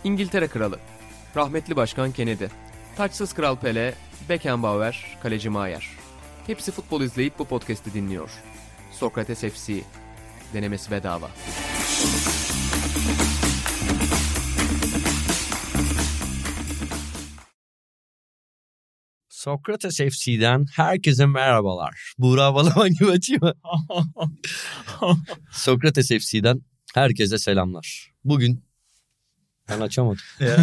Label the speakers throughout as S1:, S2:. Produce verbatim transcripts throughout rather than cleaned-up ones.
S1: İngiltere Kralı, rahmetli Başkan Kennedy, taçsız Kral Pele, Beckenbauer, Kaleci Maier. Hepsi futbol izleyip bu podcast'i dinliyor. Sokrates F C, denemesi bedava.
S2: Sokrates F C'den herkese merhabalar. Buğra Balaban gibi açayım mı? Sokrates F C'den herkese selamlar. Bugün ben açamadım.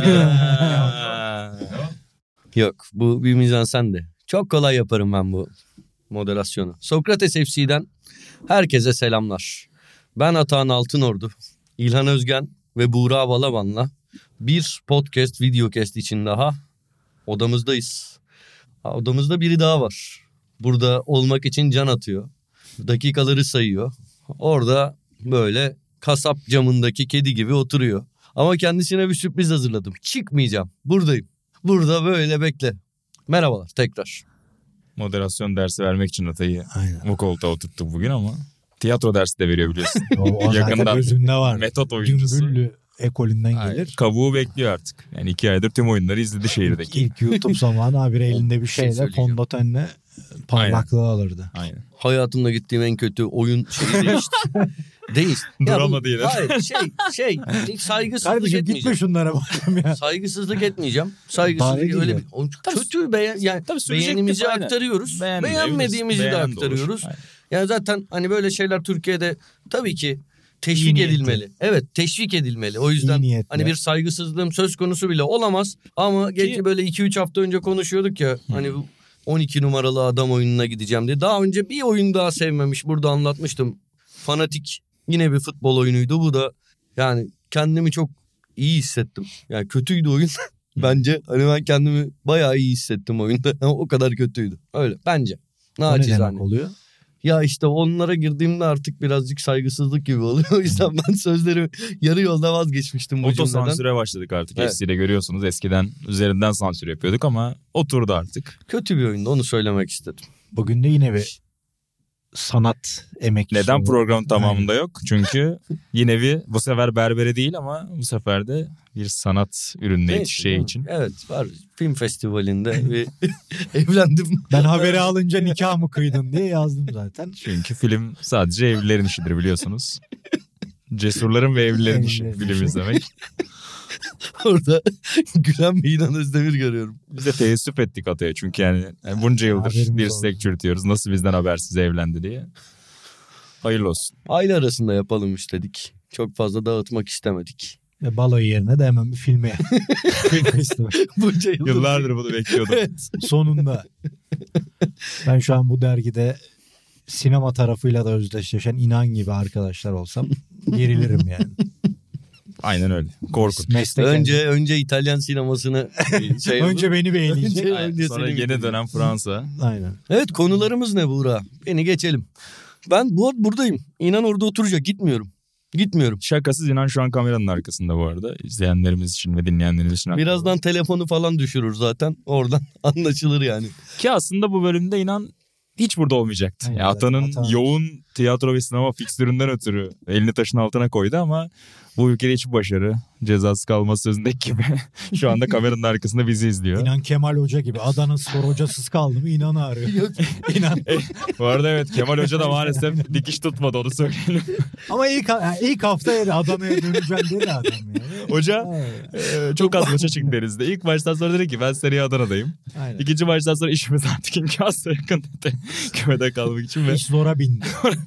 S2: Yok, bu bir mizansendi. Çok kolay yaparım ben bu moderasyonu. Sokrates F C'den herkese selamlar. Ben Atahan Altınordu, İlhan Özgen ve Buğra Balaban'la bir podcast, videocast için daha odamızdayız. Odamızda biri daha var. Burada olmak için can atıyor. Dakikaları sayıyor. Orada böyle kasap camındaki kedi gibi oturuyor. Ama kendisine bir sürpriz hazırladım. Çıkmayacağım. Buradayım. Burada böyle bekle. Merhabalar tekrar.
S3: Moderasyon dersi vermek için Atay'ı
S4: Aynen.
S3: bu koltuğa oturttuk bugün ama tiyatro dersi de veriyor biliyorsun.
S4: O, o
S3: Yakında
S4: gözünde var.
S3: metot oyuncusu.
S4: Gümbüllü ekolünden
S3: Aynen.
S4: gelir.
S3: Kavuğu bekliyor artık. Yani iki aydır tüm oyunları izledi şehirdeki.
S4: İlk YouTube zamanı abi elinde bir
S3: şey
S4: şeyle
S3: söyleyeceğim.
S4: fondötenle parlaklığı alırdı.
S3: Aynen.
S2: Hayatımda gittiğim en kötü oyun şeyi değişti. değişti.
S3: Duramadı yine.
S2: Hayır şey şey saygısızlık
S4: Kardeşim gitme
S2: etmeyeceğim.
S4: şunlara bakayım ya.
S2: Saygısızlık etmeyeceğim.
S4: Bari
S2: Saygısızlık
S4: değil
S2: öyle
S4: ya.
S2: bir o kötü beğen yani
S3: Tabii subjektif,
S2: beğenimizi
S3: aynen.
S2: aktarıyoruz.
S3: Beğenmeyebiliriz.
S2: Beğenmediğimizi de
S3: Beğenen de olur.
S2: aktarıyoruz.
S3: Aynen.
S2: Yani zaten hani böyle şeyler Türkiye'de tabii ki
S4: İyi
S2: teşvik
S4: niyetli.
S2: edilmeli. Evet, teşvik edilmeli. O yüzden
S4: İyi niyetli.
S2: hani bir saygısızlığım söz konusu bile olamaz. Ama geçti böyle iki üç hafta önce konuşuyorduk ya hani bu on iki numaralı adam oyununa gideceğim diye. Daha önce bir oyun daha sevmemiş. Burada anlatmıştım. Fanatik yine bir futbol oyunuydu. Bu da yani kendimi çok iyi hissettim. Yani kötüydü oyun. Bence hani ben kendimi bayağı iyi hissettim oyunda. O kadar kötüydü. Öyle bence.
S4: O ne
S2: Nacizane.
S4: demek oluyor?
S2: Ya işte onlara girdiğimde artık birazcık saygısızlık gibi oluyor. O yüzden ben sözlerimi yarı yolda vazgeçmiştim bu cümleden.
S3: Otosansüre başladık artık.
S2: Evet.
S3: F C'de görüyorsunuz eskiden üzerinden sansür yapıyorduk ama oturdu artık.
S2: Kötü bir oyundu, onu söylemek istedim.
S4: Bugün de yine bir sanat emekçisi.
S3: Neden
S4: olarak-
S3: program tamamında yok? Çünkü yine bir bu sefer berbere değil ama bu sefer de bir sanat ürününe
S2: Neyse,
S3: yetişeceği
S2: değil mi?
S3: için.
S2: Evet, var. Film festivalinde bir evlendim.
S4: Ben haberi alınca nikah mı kıydın diye yazdım zaten.
S3: Çünkü film sadece evlilerin işidir biliyorsunuz. Cesurların ve evlilerin işi
S4: Evlilerin
S3: film
S4: işi.
S3: izlemek.
S2: Orada gülen bir İlhan Özdemir görüyorum.
S3: Biz de teessüf ettik Atay'a çünkü yani, yani bunca yıldır
S4: Haberimiz
S3: bir
S4: olsun.
S3: sinek çürütüyoruz. Nasıl bizden habersiz evlendi diye. Hayırlı olsun.
S2: Aile arasında yapalım istedik. Çok fazla dağıtmak istemedik.
S4: Ve baloyu yerine de hemen bir filme. Film festivali.
S2: Bunca yıldır.
S3: Yıllardır bunu bekliyordum.
S2: Evet.
S4: Sonunda. Ben şu an bu dergide sinema tarafıyla da özdeşleşen inan gibi arkadaşlar olsam gerilirim yani.
S3: Aynen öyle. Korkun.
S4: Meslek
S2: Önce önce İtalyan sinemasını şey
S4: önce beni beğenecek.
S2: Önce-
S3: Aynen.
S2: önce
S3: Sonra
S2: seni
S3: yeni
S2: bitirdim.
S3: dönem Fransa.
S4: Aynen.
S2: Evet, konularımız ne Buğra? Beni geçelim. Ben bu buradayım. İnan orada oturacak. Gitmiyorum. Gitmiyorum.
S3: Şakasız inan şu an kameranın arkasında bu arada. İzleyenlerimiz için ve dinleyenlerimiz için.
S2: Birazdan telefonu falan düşürür zaten. Oradan anlaşılır yani.
S3: Ki aslında bu bölümde inan hiç burada olmayacaktı.
S4: Aynen,
S3: Ya Atan'ın
S4: Atan-
S3: yoğun tiyatro ve sinema fikstüründen ötürü elini taşın altına koydu ama bu ülkede hiçbir başarı, cezasız kalması sözündeki gibi şu anda kameranın arkasında bizi izliyor.
S4: İnan Kemal Hoca gibi. Adana Spor hocasız kaldı mı İnan arıyor.
S2: Yok.
S4: İnan.
S3: Bu arada evet Kemal Hoca da maalesef dikiş tutmadı onu söyleyelim.
S4: Ama ilk, yani ilk hafta yeri Adana'ya döneceğim dedi adam yani.
S3: Hoca
S4: Aynen.
S3: e, çok az maça çıktı denizde. İlk maçtan sonra dedi ki ben seneye Adana'dayım.
S4: Aynen.
S3: İkinci maçtan sonra işimiz artık imkansız yakın dedi. Kümede kalmak için ve
S4: İş zora bindi.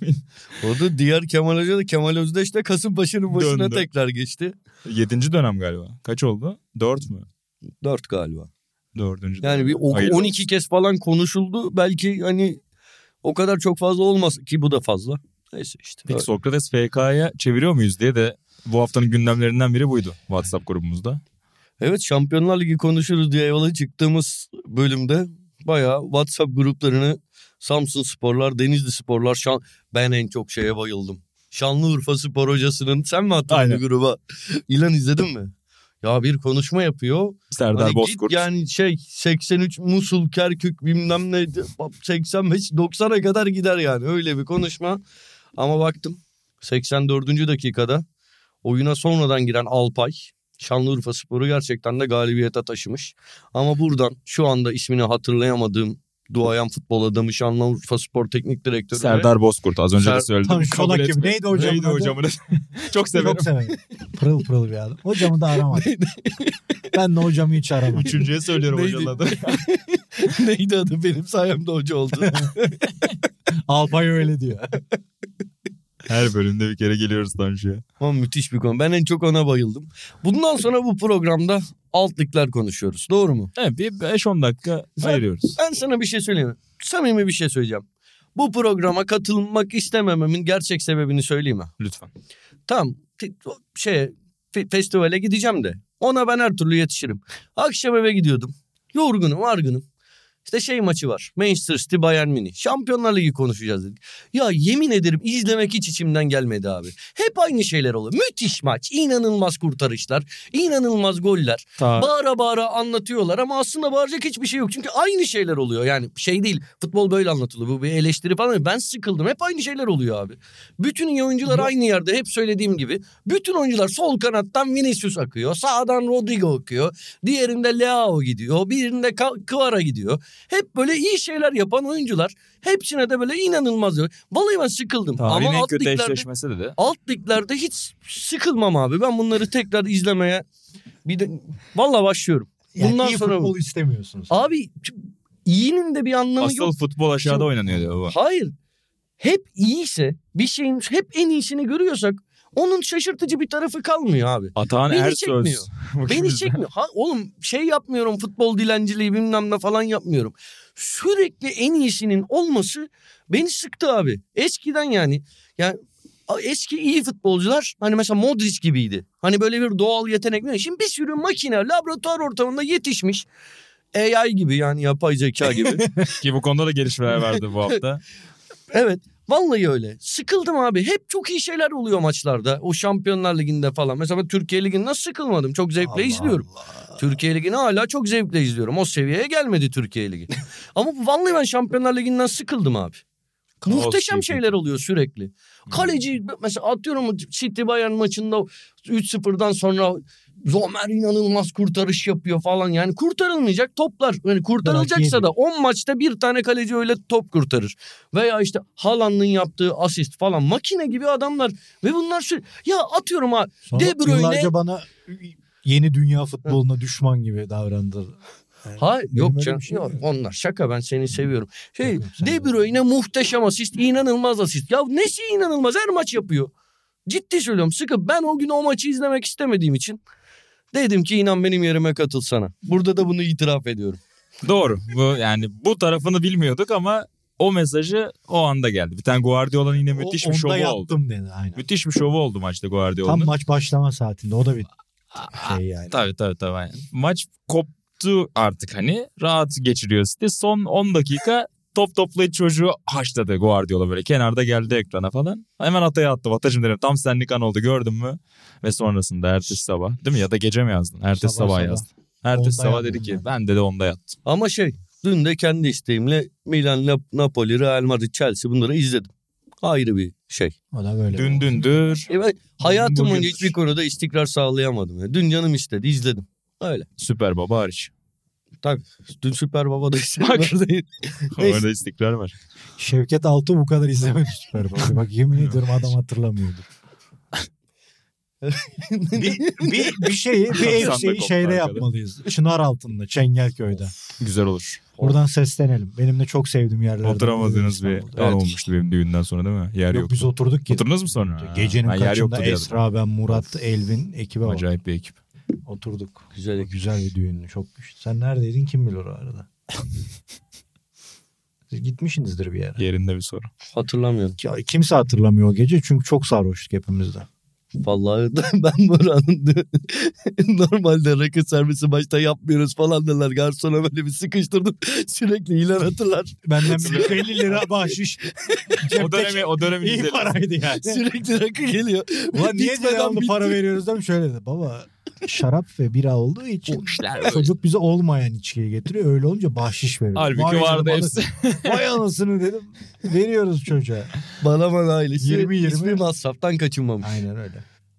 S2: O da diğer Kemal Hoca da Kemal Özdeş de Kasımpaşa'nın başına
S3: Döndü.
S2: tekrar geçti.
S3: yedinci dönem galiba. Kaç oldu? Dört mü?
S2: Dört galiba.
S3: Dördüncü
S2: Yani
S3: dönem.
S2: bir o-
S3: Hayırlı
S2: on iki
S3: olsun.
S2: kez falan konuşuldu. Belki hani o kadar çok fazla olmaz ki bu da fazla. Neyse işte.
S3: Peki
S2: Öyle.
S3: Sokrates F K'ya çeviriyor muyuz diye de bu haftanın gündemlerinden biri buydu WhatsApp grubumuzda.
S2: Evet, Şampiyonlar Ligi konuşuruz diye yola çıktığımız bölümde bayağı WhatsApp gruplarını Samsun Sporlar, Denizli Sporlar, Şan... ben en çok şeye bayıldım. Şanlıurfa Spor hocasının, sen mi attın
S3: Aynen.
S2: bu gruba? İlan izledin mi? Ya bir konuşma yapıyor.
S3: Serdar
S2: Hani git
S3: Bozkurt.
S2: yani şey seksen üç Musul, Kerkük bilmem ne seksen beş doksana kadar gider yani öyle bir konuşma. Ama baktım seksen dördüncü dakikada oyuna sonradan giren Alpay Şanlıurfaspor'u gerçekten de galibiyete taşımış. Ama buradan şu anda ismini hatırlayamadığım duayen futbol adamı Şanlıurfaspor Teknik Direktörü
S3: Serdar Bozkurt az önce
S2: Ser-
S3: de söyledim.
S4: Tam
S3: Kabul
S4: Şolak gibi.
S3: etme.
S4: Neydi hocamın
S3: Neydi
S4: adı?
S3: hocamın adı? Çok severim.
S4: Çok severim. Pırıl pırıl bir adam. Hocamı da aramadım. Ben de hocamı hiç aramadım.
S3: Üçüncüye söylüyorum
S2: Neydi?
S3: hocanın adını.
S2: Neydi adı? Benim sayemde hoca oldu.
S4: Alpay öyle diyor.
S3: Her bölümde bir kere geliyoruz Tanju'ya.
S2: Ama müthiş bir konu. Ben en çok ona bayıldım. Bundan sonra bu programda alt ligler konuşuyoruz. Doğru mu?
S3: Evet, bir beş on dakika
S2: Sen-
S3: ayırıyoruz.
S2: Ben sana bir şey söyleyeyim. Samimi bir şey söyleyeceğim. Bu programa katılmak istemememin gerçek sebebini söyleyeyim mi?
S3: Lütfen.
S2: Tamam fe- şey fe- festivale gideceğim de ona ben her türlü yetişirim. Akşam eve gidiyordum. Yorgunum, argınım. İşte şey maçı var. Manchester City Bayern Münih. Şampiyonlar Ligi konuşacağız dedik. Ya yemin ederim izlemek hiç içimden gelmedi abi. Hep aynı şeyler oluyor. Müthiş maç, inanılmaz kurtarışlar, inanılmaz goller.
S3: Ta
S2: Bağıra bağıra anlatıyorlar ama aslında bağıracak hiçbir şey yok. Çünkü aynı şeyler oluyor. Yani şey değil, futbol böyle anlatılıyor. Bu bir eleştiri falan değil. Ben sıkıldım. Hep aynı şeyler oluyor abi. Bütün iyi oyuncular aynı yerde. Hep söylediğim gibi. Bütün oyuncular sol kanattan Vinicius akıyor. Sağdan Rodrigo akıyor. Diğerinde Leao gidiyor. Birinde Ka- Kvara gidiyor. Hep böyle iyi şeyler yapan oyuncular. Hepsine de böyle inanılmaz. Vallahi ben sıkıldım.
S3: tarihin
S2: ama
S3: en
S2: alt
S3: kötü
S2: liglerde,
S3: eşleşmesi de de.
S2: alt liglerde hiç sıkılmam abi. Ben bunları tekrar izlemeye bir de vallahi başlıyorum.
S4: Yani
S2: Bundan
S4: iyi
S2: sonra
S4: futbol istemiyorsunuz.
S2: abi iyinin de bir anlamı
S3: Asıl
S2: yok.
S3: futbol aşağıda
S2: Şimdi-
S3: oynanıyor diyor bu.
S2: Hayır. Hep iyiyse bir şeyin hep en iyisini görüyorsak onun şaşırtıcı bir tarafı kalmıyor abi.
S3: Atahan
S2: Beni
S3: Ersöz.
S2: çekmiyor. Beni çekmiyor. Ha, oğlum şey yapmıyorum, futbol dilenciliği bilmem ne falan yapmıyorum. Sürekli en iyisinin olması beni sıktı abi. Eskiden yani yani eski iyi futbolcular hani mesela Modric gibiydi. Hani böyle bir doğal yetenek. Şimdi bir sürü makine laboratuvar ortamında yetişmiş. A I gibi yani yapay zeka gibi.
S3: Ki bu konuda da gelişmeler verdi bu hafta.
S2: Evet. Vallahi öyle. Sıkıldım abi. Hep çok iyi şeyler oluyor maçlarda. O Şampiyonlar Ligi'nde falan. Mesela ben Türkiye Ligi'ni nasıl sıkılmadım? Çok zevkle
S4: Allah
S2: izliyorum.
S4: Allah.
S2: Türkiye Ligi'ni hala çok zevkle izliyorum. O seviyeye gelmedi Türkiye Ligi. Ama vallahi ben Şampiyonlar Ligi'nden sıkıldım abi.
S3: Kaos
S2: Muhteşem
S3: gibi.
S2: şeyler oluyor sürekli. Kaleci mesela atıyorum City Bayern maçında üç sıfırdan sonra Zomer inanılmaz kurtarış yapıyor falan. Yani kurtarılmayacak toplar. Yani kurtarılacaksa da on maçta bir tane kaleci öyle top kurtarır. Veya işte Haaland'ın yaptığı asist falan. Makine gibi adamlar. Ve bunlar sü- ya atıyorum ha
S4: Sonra
S2: De Bruyne.
S4: yıllarca bana yeni dünya futboluna düşman gibi davrandı. Yani
S2: Ha
S4: benim
S2: yok
S4: öyle
S2: canım.
S4: bir şey
S2: Yok,
S4: yok.
S2: onlar şaka, ben seni seviyorum. Şey
S4: Yok, yok, sen
S2: De
S4: de.
S2: Bruyne muhteşem asist, inanılmaz asist. Ya nesi inanılmaz, her maç yapıyor. Ciddi söylüyorum, sıkı. Ben o gün o maçı izlemek istemediğim için dedim ki inan benim yerime katılsana. Burada da bunu itiraf ediyorum.
S3: Doğru. Bu yani bu tarafını bilmiyorduk ama o mesajı o anda geldi. Bir tane Guardiola'nın yine müthiş
S4: O-
S3: bir
S4: onda
S3: şovu
S4: yattım
S3: oldu.
S4: dedi aynen.
S3: Müthiş bir şovu oldu maçta Guardiola'nın.
S4: Tam maç başlama saatinde o da bir şey yani.
S3: Tabii tabii tabii. Aynen. Maç koptu artık hani. Rahat geçiriyor City. Son on dakika top toplayıp çocuğu haşladı Guardiola böyle. Kenarda geldi ekrana falan. Hemen Atay'a attım. Atacığım dedim. Tam senlik an oldu, gördün mü? Ve sonrasında ertesi sabah. Değil mi? Ya da gece mi yazdın? Ertesi
S4: Sabah
S3: sabah,
S4: sabah.
S3: yazdın. Ertesi
S4: Onda
S3: sabah
S4: yazdım
S3: dedi ki
S4: ben.
S3: ben de onda yattım.
S2: Ama şey dün de kendi isteğimle Milan, Nap- Napoli, Real Madrid, Chelsea bunları izledim. Ayrı bir şey.
S4: O da böyle.
S3: Dün dündür.
S2: E ben hayatım boyunca
S3: Bugündür.
S2: hiçbir konuda istikrar sağlayamadım. Ya. Dün canım istedi, izledim. Öyle.
S3: Süper Baba hariç.
S2: Tabii. Dün Süper Baba'da istedim. Neyse.
S3: Orada istikrar var.
S4: Şevket Altun bu kadar izlemedi Süper Baba. Bak yemin ediyorum adam hatırlamıyordu. bir, bir, bir şeyi, bir ev
S3: Sanda
S4: şeyi
S3: koptu
S4: şeyde
S3: arkada.
S4: yapmalıyız. Çınar altında, Çengelköy'de.
S3: Güzel olur.
S4: Buradan seslenelim. Benim de çok sevdiğim yerlerden.
S3: Oturamadığınız
S4: biri
S3: bir
S4: İstanbul'da.
S3: an
S2: Evet.
S3: olmuştu benim düğünden sonra değil mi? Yer
S4: Yok
S3: yoktu.
S4: biz oturduk ki.
S3: Oturdunuz mu sonra?
S4: Gecenin
S3: Ha, yer yoktu
S4: kaçında
S3: diye
S4: Esra, ben, Murat, Elvin ekibe bak.
S3: Acayip bir ekip.
S4: Oturduk.
S2: Güzel.
S4: Güzel bir düğün. Çok güçlü. Sen neredeydin kim bilir o arada. Siz gitmişsinizdir bir yere.
S3: Yerinde bir soru.
S2: Hatırlamıyorum.
S4: Ya, kimse hatırlamıyor o gece çünkü çok sarhoştuk hepimiz de.
S2: Vallahi ben Buran'ın normalde rakı servisi başta yapmıyoruz falan dediler. Garsona böyle bir sıkıştırdım. Sürekli ilan hatırlar.
S4: Benden bir elli lira bahşiş.
S3: O dönemi, o dönemi
S4: iyi
S3: izledim.
S4: paraydı yani.
S2: Sürekli rakı geliyor.
S4: Ulan niye
S2: Bitmeden
S4: devamlı
S2: bitti.
S4: para veriyoruz değil mi? Şöyle dedi. Baba şarap ve bira olduğu için
S3: Bu işler böyle.
S4: çocuk bize olmayan içkiyi getiriyor. Öyle olunca bahşiş veriyor.
S3: Halbuki
S4: Vay
S3: vardı
S4: canım,
S3: hepsi.
S4: Vay anasını dedim. Veriyoruz çocuğa.
S2: Balaman ailesi
S4: yirmi yirmi
S2: hiçbir masraftan kaçınmamış.
S4: Aynen öyle.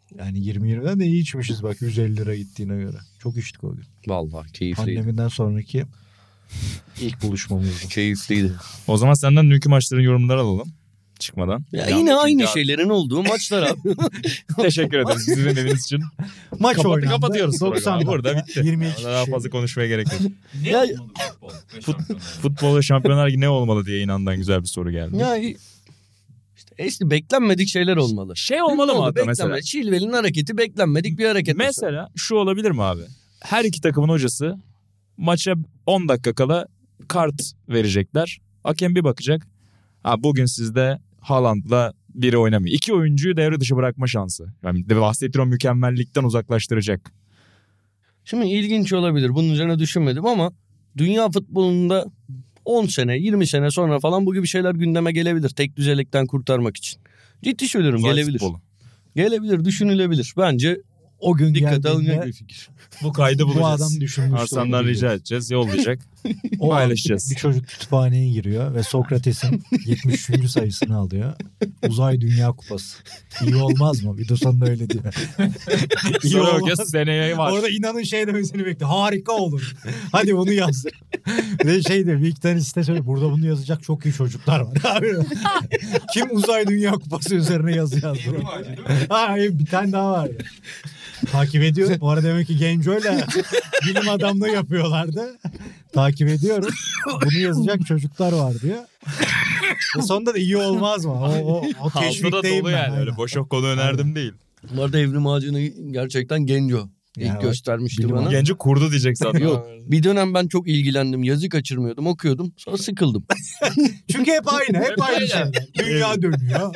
S4: Yani yirmi yirmiden de iyi içmişiz bak yüz elli lira gittiğine göre. Çok içtik o gün.
S2: Vallahi keyifliydi.
S4: Pandemiden sonraki ilk buluşmamızdı.
S2: Keyifliydi.
S3: O zaman senden dünkü maçların yorumları alalım. Çıkmadan.
S2: Ya
S3: Yani
S2: yine aynı
S3: ya-
S2: şeylerin olduğu maçlar abi.
S3: Teşekkür ederim sizin eviniz için.
S4: Maç
S3: Kapat,
S4: oynandı.
S3: kapatıyoruz
S4: doksan
S3: programı. Burada
S4: dakika,
S3: bitti.
S4: yirmi iki
S3: Daha
S4: kişi.
S3: fazla konuşmaya gerek yok.
S5: Ne
S2: Ya-
S5: olmalı futbol ve şampiyonlar?
S3: Futbol ve Şampiyonlar Ligi ne olmalı diye inandan güzel bir soru geldi.
S2: ya işte, işte beklenmedik şeyler olmalı.
S3: Şey olmalı
S2: Ne
S3: mı
S2: oldu?
S3: hatta
S2: Beklenme-
S3: mesela?
S2: Chilwell'in hareketi beklenmedik bir hareket.
S3: Mesela şu olabilir mi abi? Her iki takımın hocası maça on dakika kala kart verecekler. Hakem bir bakacak. Ha, bugün sizde Haaland'la biri oynamıyor. İki oyuncuyu devre dışı bırakma şansı. Yani de bahsettiğim o mükemmellikten uzaklaştıracak.
S2: Şimdi ilginç olabilir. Bunun üzerine düşünmedim ama dünya futbolunda on sene, yirmi sene sonra falan bu gibi şeyler gündeme gelebilir. Tek düzelikten kurtarmak için. Ciddi söylüyorum,
S3: Uzay
S2: gelebilir.
S3: futbolu.
S2: Gelebilir, düşünülebilir. Bence
S4: O gün
S2: dikkate alınacak
S4: geldiğinde
S2: bir fikir.
S3: Bu kaydı
S4: bu
S3: bulacağız.
S4: adam düşünmüştü.
S3: Hasan'dan
S4: onu
S3: rica
S4: diyeceğiz.
S3: edeceğiz. Yollayacak.
S4: O an
S3: Paylaşacağız.
S4: bir çocuk kütüphaneye giriyor ve Sokrates'in yetmiş üçüncü sayısını alıyor. Uzay Dünya Kupası. İyi olmaz mı? Bir de sonunda öyle diyor. İyi
S3: Sonra
S4: olmaz.
S3: bakıyorsun seneye var.
S4: Orada inanın şey demesini bekliyor. Harika olur. Hadi bunu yaz. Ve şey diyor. Bir iki tane site söyle. Burada bunu yazacak çok iyi çocuklar var. Abi. Kim Uzay Dünya Kupası üzerine yazı yazdı?
S5: Evrim Ağacı değil mi?
S4: Ha, bir tane daha vardı. Takip ediyorum. Bu arada demek ki Genco'yla bilim adamlığı yapıyorlardı. Takip ediyorum. Bunu yazacak çocuklar var diyor. Ve sonunda da iyi olmaz mı? O, o, o
S3: Haftada
S4: teşvikteyim
S3: dolu
S4: ben.
S3: yani. Öyle
S4: Aynen.
S3: boş yok konu önerdim değil.
S2: Bu arada Evrim Ağacı'nı gerçekten Genco ilk
S4: Ya bak,
S2: göstermişti
S4: bilim
S2: bana.
S3: Genci kurdu diyecek sandım.
S2: Yok. Bir dönem ben çok ilgilendim. Yazı kaçırmıyordum. Okuyordum. Sonra sıkıldım.
S4: Çünkü hep aynı. Hep aynı şeyler. Dünya dönüyor.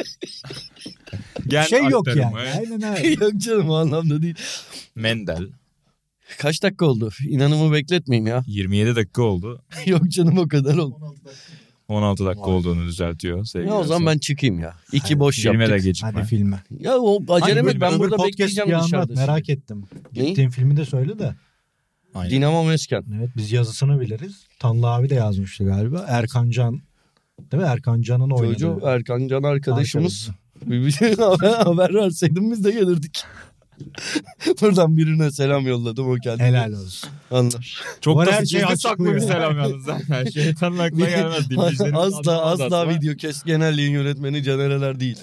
S3: Gen
S4: Şey yok
S3: aktarımı.
S4: yani. Aynen öyle.
S2: Yok canım, o anlamda değil.
S3: Mendel.
S2: Kaç dakika oldu? İnanımı bekletmeyeyim ya.
S3: yirmi yedi dakika oldu.
S2: Yok canım, o kadar oldu.
S3: on altı dakika olduğunu düzeltiyor.
S2: Ya o zaman ben çıkayım ya. İki
S4: Hadi,
S2: boş
S3: filme de
S2: yaptık.
S3: gecikme.
S4: Hadi filme.
S2: Ya o acelemi
S3: bölüm?
S2: ben
S4: Öbür
S2: burada
S4: podcast
S2: bekleyeceğim
S4: bir anlat.
S2: dışarıda.
S4: Merak ettim.
S2: Ne?
S4: Gittiğin filmi de söyle de.
S3: Aynen.
S2: Dinamo Mesken.
S4: Evet, biz yazısını biliriz. Tanlı abi de yazmıştı galiba. Erkan Can. Değil mi? Erkan Can'ın oynadığı.
S2: Çocuğu Erkan Can arkadaşımız. Bir şey haber, haber verseydin biz de gelirdik. Buradan birine selam yolladım, o kendini
S4: Helal olsun.
S2: anlar.
S3: Çok
S4: Bu
S3: da
S4: her şeyi
S3: gizli saklı bir
S4: açıklıyor.
S3: selam yalnız. Yani şeytanın aklına gelmez. Dinleyicilerin
S2: asla
S3: anlamaz
S2: asla
S3: ama.
S2: video kes genelliğin yönetmeni Canereler değil.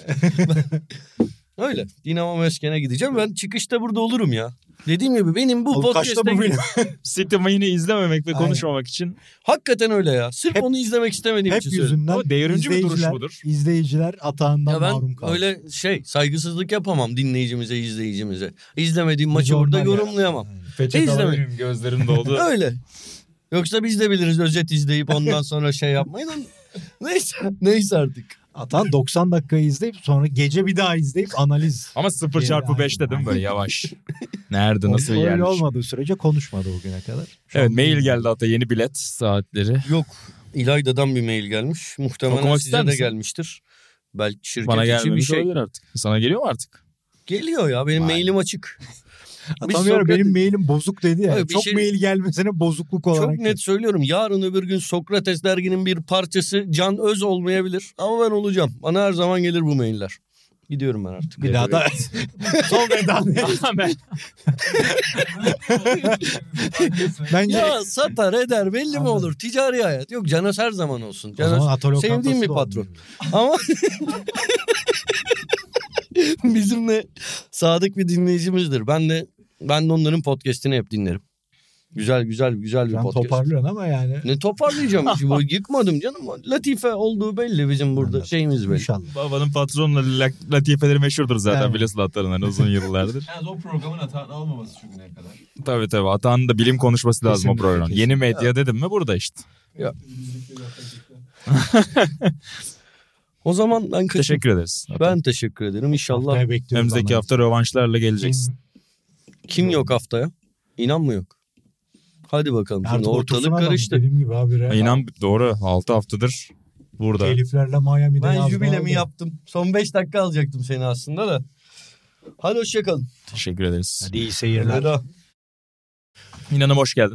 S2: Öyle. Dinamo Mesken'e gideceğim. Ben çıkışta burada olurum ya. Dediğim gibi benim bu
S4: Oğlum kaçta
S2: podcast'te
S4: bu film?
S3: City Mayını izlememek ve
S4: Aynen.
S3: konuşmamak için
S2: hakikaten öyle ya. Sırf
S4: Hep-
S2: onu izlemek istemediğim
S4: Hep
S2: için söylüyorum.
S4: yüzünden
S3: Ama devrimci bir duruş
S4: izleyiciler-
S3: budur.
S4: İzleyiciler atağından
S2: Ya ben
S4: mahrum kaldı.
S2: öyle şey saygısızlık yapamam dinleyicimize, izleyicimize. İzlemediğim
S4: Biz
S2: maçı burada
S4: onlar ya.
S2: yorumlayamam.
S3: Peçete
S2: İzleme.
S3: alabilirim, gözlerim doldu.
S2: Öyle. Yoksa biz de biliriz özet izleyip ondan sonra şey yapmayı da neyse, neyse artık.
S4: Atan doksan dakikayı izleyip sonra gece bir daha izleyip analiz.
S3: Ama sıfır çarpı
S4: Aynen.
S3: beşte değil mi böyle yavaş? Nerede nasıl
S4: Öyle
S3: yermiş?
S4: olmadığı sürece konuşmadı bugüne kadar. Şu
S3: Evet
S4: an
S3: mail
S4: değil.
S3: geldi hatta yeni bilet saatleri.
S2: Yok. İlayda'dan bir mail gelmiş. Muhtemelen
S3: Okumak
S2: size
S3: ister
S2: de
S3: misin?
S2: gelmiştir. Belki şirket
S3: Bana
S2: için bir
S3: gelmemiş
S2: şey.
S3: olabilir artık. Sana geliyor mu artık?
S2: Geliyor ya, benim
S3: Vay.
S2: mailim açık. Biz
S4: Atamıyorum,
S2: Sokrates-
S4: benim mailim bozuk dedi ya.
S2: Abi bir
S4: Çok
S2: şey-
S4: mail gelmesine bozukluk olarak.
S2: Çok net söylüyorum. Yarın öbür gün Sokrates derginin bir parçası Can Öz olmayabilir. Ama ben olacağım. Bana her zaman gelir bu mailler. Gidiyorum ben artık.
S4: Bir daha da son veda.
S3: Ben-
S4: Bence
S2: Ya satar eder belli mi
S4: Anladım.
S2: olur? Ticari hayat. Yok Canos her zaman olsun.
S4: o zaman
S2: Canos
S4: Ata lokantası
S2: sevdiğim bir
S4: da
S2: patron.
S4: olmuyor.
S2: ama bizimle sadık bir dinleyicimizdir. Ben de ben de onların podcast'ini hep dinlerim. Güzel güzel güzel bir
S4: Şu an
S2: podcast.
S4: toparlıyorsun ama yani.
S2: Ne toparlayacağım? Bu yıkmadım canım. Latife olduğu belli bizim burada.
S4: Anladım.
S2: Şeyimiz belli.
S4: İnşallah.
S3: Babanın patronla la- latifeleri meşhurdur zaten
S4: Evet.
S3: biliyorsun Atan'ın uzun yıllardır.
S5: Yani o programın hatağını almaması çünkü ne kadar.
S3: Tabii tabii Atan'ın da bilim konuşması lazım
S4: Kesinlikle,
S3: o program.
S4: kesinlikle.
S3: Yeni medya dedim mi burada işte.
S2: O zaman ben kaçayım.
S3: Teşekkür ederiz.
S2: Ben teşekkür ederim. İnşallah
S4: Haftaya bekliyoruz.
S3: Önümüzdeki
S4: ama.
S3: hafta rövanşlarla geleceksin.
S2: kim yok haftaya? İnan mı yok? Hadi bakalım. Şimdi
S4: Artık
S2: ortalık
S4: otursun adam,
S2: karıştı.
S4: Dediğim gibi abi.
S3: Ya İnan doğru altı haftadır burada.
S4: Teliflerle Miami'de
S2: Ben
S4: yazdı
S2: jübilemi
S4: aldı.
S2: yaptım. Son beş dakika alacaktım seni aslında da. Hadi hoşçakalın.
S3: Teşekkür ederiz.
S4: Hadi iyi seyirler.
S2: Elveda.
S3: İnanım hoş geldin.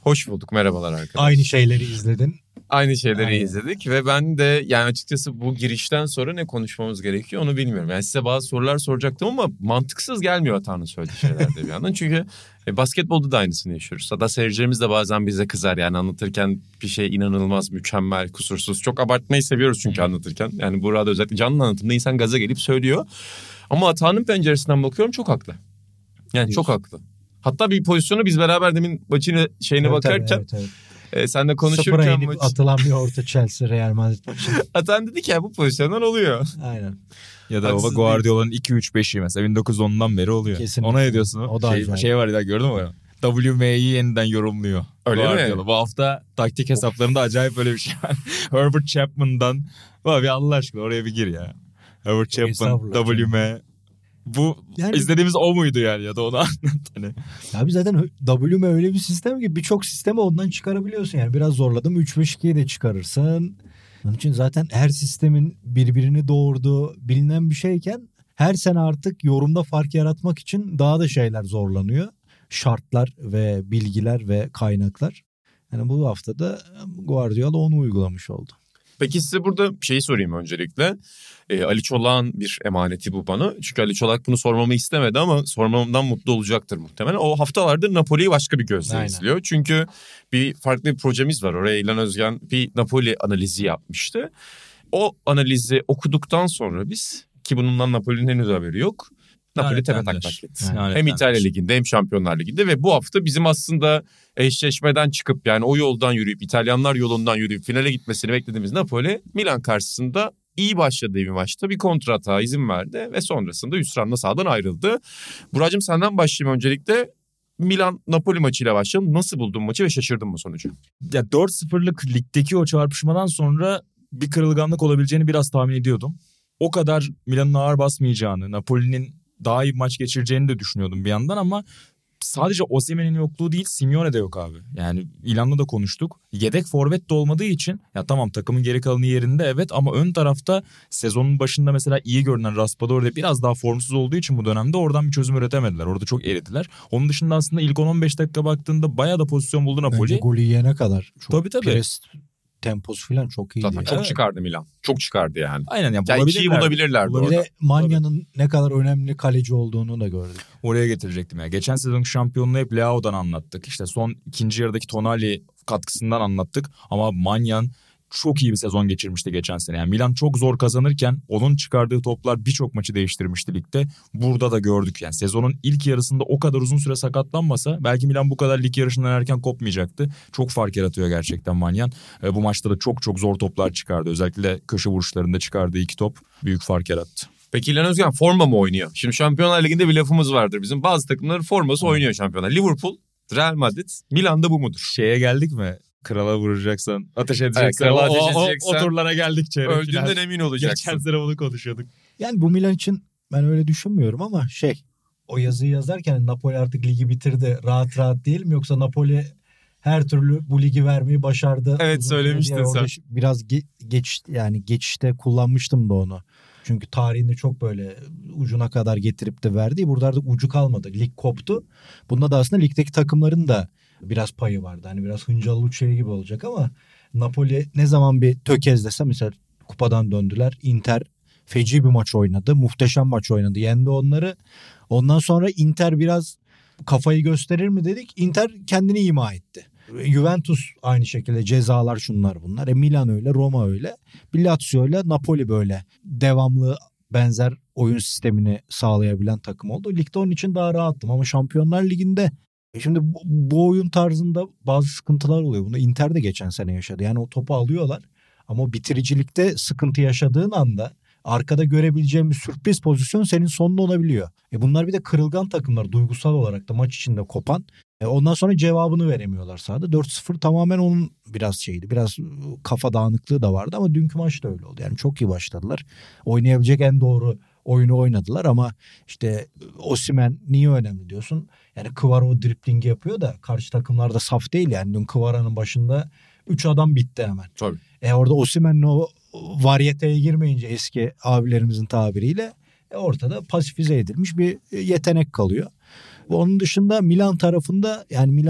S6: Hoş bulduk, merhabalar arkadaşlar.
S4: Aynı şeyleri izledin.
S6: Aynı şeyleri
S4: Aynen.
S6: izledik ve ben de yani açıkçası bu girişten sonra ne konuşmamız gerekiyor onu bilmiyorum. Yani size bazı sorular soracaktım ama mantıksız gelmiyor Atan'ın söylediği şeyler de bir yandan. Çünkü e, basketbolda da aynısını yaşıyoruz. Hatta seyircilerimiz de bazen bize kızar yani anlatırken bir şey inanılmaz, mükemmel, kusursuz. Çok abartmayı seviyoruz çünkü anlatırken. Yani burada özellikle canlı anlatımda insan gaza gelip söylüyor. Ama Atan'ın penceresinden bakıyorum çok haklı. Yani çok haklı. Hatta bir pozisyonu biz beraber demin maçın şeyine
S4: Evet,
S6: bakarken
S4: evet, evet.
S6: e, sen de
S4: Sıfıra
S6: konuşurken
S4: inip
S6: maç...
S4: atılan bir orta Chelsea Real Madrid maçı.
S6: Atan dedi ki ya bu pozisyonlar oluyor.
S4: Aynen.
S3: Ya da
S6: Haksız
S3: baba Guardiola'nın iki üç beşi mesela bin dokuz yüz ondan beri oluyor.
S4: Kesinlikle.
S3: Ona ne diyorsun?
S4: O da
S3: şey,
S4: acayip.
S3: şey var ya gördün mü? W M'yi yeniden yorumluyor.
S6: Öyle mi?
S3: Guardiola. Bu hafta taktik hesaplarında acayip böyle bir şey var. Herbert Chapman'dan. Baba bir Allah aşkına oraya bir gir ya. Herbert Chapman,
S4: Estağfurullah
S3: W
S4: canım.
S3: M. Bu
S4: Yani-
S3: izlediğimiz o muydu yani ya da onu anlat hani.
S4: Abi zaten W M öyle bir sistem ki birçok sistemi ondan çıkarabiliyorsun. Yani biraz zorladım üç beş ikiyi de çıkarırsın. Onun için zaten her sistemin birbirini doğurduğu bilinen bir şeyken her sene artık yorumda fark yaratmak için daha da şeyler zorlanıyor. Şartlar ve bilgiler ve kaynaklar. Yani bu haftada Guardiola onu uygulamış oldu.
S6: Peki size burada bir şey sorayım öncelikle. Ee, Ali Çolak'ın bir emaneti bu bana. Çünkü Ali Çolak bunu sormamı istemedi ama sormamdan mutlu olacaktır muhtemelen. O haftalardır Napoli'yi başka bir gözle
S4: Aynen.
S6: izliyor. Çünkü bir farklı bir projemiz var. Oraya İlhan Özgen bir Napoli analizi yapmıştı. O analizi okuduktan sonra biz ki bundan Napoli'nin henüz haberi yok. Napoli tepe
S3: Lanetlendiler.
S6: taklak etti.
S4: Yani.
S6: Hem
S3: Lanetlendiler.
S6: İtalya Ligi'nde hem Şampiyonlar Ligi'nde ve bu hafta bizim aslında eşleşmeden çıkıp yani o yoldan yürüyüp İtalyanlar yolundan yürüyüp finale gitmesini beklediğimiz Napoli Milan karşısında iyi başladığı bir maçta bir kontra hata izin verdi ve sonrasında hüsranla sahadan ayrıldı. Buracığım senden başlayayım öncelikle. Milan-Napoli maçıyla başlayalım. Nasıl buldun maçı ve şaşırdın mı sonucu?
S3: Ya dört sıfırlık ligdeki o çarpışmadan sonra bir kırılganlık olabileceğini biraz tahmin ediyordum. O kadar Milan'ın ağır basmayacağını, Napoli'nin daha iyi bir maç geçireceğini de düşünüyordum bir yandan ama sadece Osimhen'in yokluğu değil Simeone de yok abi. Yani İlhan'la da konuştuk. Yedek forvet de olmadığı için ya tamam takımın geri kalanı yerinde evet ama ön tarafta sezonun başında mesela iyi görünen Raspadori biraz daha formsuz olduğu için bu dönemde oradan bir çözüm üretemediler. Orada çok eridiler. Onun dışında aslında ilk on on beş dakika baktığında bayağı da pozisyon buldu Napoli.
S4: Önce golü yiyene kadar. Çok
S3: Tabii, tabii.
S4: Pres temposu falan çok iyiydi.
S6: Zaten çok
S3: Evet.
S6: çıkardı Milan. Çok çıkardı yani.
S3: Aynen ya
S6: Yani ikiyi
S3: bulabilirlerdi.
S6: bulabilirlerdi
S4: Bir
S6: orada.
S4: de Manya'nın ne kadar önemli kaleci olduğunu da gördük.
S3: Oraya getirecektim ya. Geçen sezon şampiyonluğu hep Leao'dan anlattık. İşte son ikinci yarıdaki Tonali katkısından anlattık. Ama Manyan çok iyi bir sezon geçirmişti geçen sene. Yani Milan çok zor kazanırken onun çıkardığı toplar birçok maçı değiştirmişti ligde. Burada da gördük yani. Sezonun ilk yarısında o kadar uzun süre sakatlanmasa belki Milan bu kadar lig yarışından erken kopmayacaktı. Çok fark yaratıyor gerçekten Manyan. E, bu maçta da çok çok zor toplar çıkardı. Özellikle köşe vuruşlarında çıkardığı iki top büyük fark yarattı.
S6: Peki İlhan Özgen forma mı oynuyor? Şimdi Şampiyonlar Ligi'nde bir lafımız vardır bizim. Bazı takımların forması oynuyor Şampiyonlar. Liverpool, Real Madrid, Milan'da bu mudur?
S3: Şeye geldik mi? Krala vuracaksan, ateş edeceksen.
S6: Evet, krala ateş
S3: o, o-
S6: edeceksen,
S3: O, turlara geldik çeyrek
S6: Öldüğünden
S3: final.
S6: emin olacaksın.
S3: Geçen sene bunu konuşuyorduk.
S4: Yani bu Milan için ben öyle düşünmüyorum ama şey o yazıyı yazarken Napoli artık ligi bitirdi rahat rahat değil mi yoksa Napoli her türlü bu ligi vermeyi başardı.
S6: Evet,
S4: Uzun
S6: söylemiştin
S4: süre diye orada
S6: sen.
S4: Biraz ge- geç yani geçişte kullanmıştım da onu. Çünkü tarihinde çok böyle ucuna kadar getirip de verdi. Burada artık ucu kalmadı. Lig koptu. Bunda da aslında ligdeki takımların da biraz payı vardı. Hani biraz hıncalı şey gibi olacak ama Napoli ne zaman bir tökezlese mesela kupadan döndüler. Inter feci bir maç oynadı. Muhteşem maç oynadı. Yendi onları. Ondan sonra Inter biraz kafayı gösterir mi dedik. Inter kendini ima etti. Juventus aynı şekilde cezalar şunlar bunlar. E Milan öyle, Roma öyle. Lazio ile Napoli böyle devamlı benzer oyun sistemini sağlayabilen takım oldu. Ligde onun için daha rahattım ama Şampiyonlar Ligi'nde e şimdi bu, bu oyun tarzında bazı sıkıntılar oluyor. Bunu Inter de geçen sene yaşadı. Yani o topu alıyorlar ama o bitiricilikte sıkıntı yaşadığın anda arkada görebileceğin bir sürpriz pozisyon senin sonun olabiliyor. E bunlar bir de kırılgan takımlar duygusal olarak da maç içinde kopan. E ondan sonra cevabını veremiyorlar sahada. dört sıfır tamamen onun biraz şeydi. Biraz kafa dağınıklığı da vardı ama dünkü maç da öyle oldu. Yani çok iyi başladılar. Oynayabilecek en doğru oyunu oynadılar ama işte Osimhen niye önemli diyorsun? Yani Kvara o driblingi yapıyor da karşı takımlarda saf değil yani. Dün Kvara'nın başında üç adam bitti hemen.
S6: Tabii.
S4: E orada Osimhen'in o varyeteye girmeyince eski abilerimizin tabiriyle e ortada pasifize edilmiş bir yetenek kalıyor. Onun dışında Milan tarafında yani Milan'ın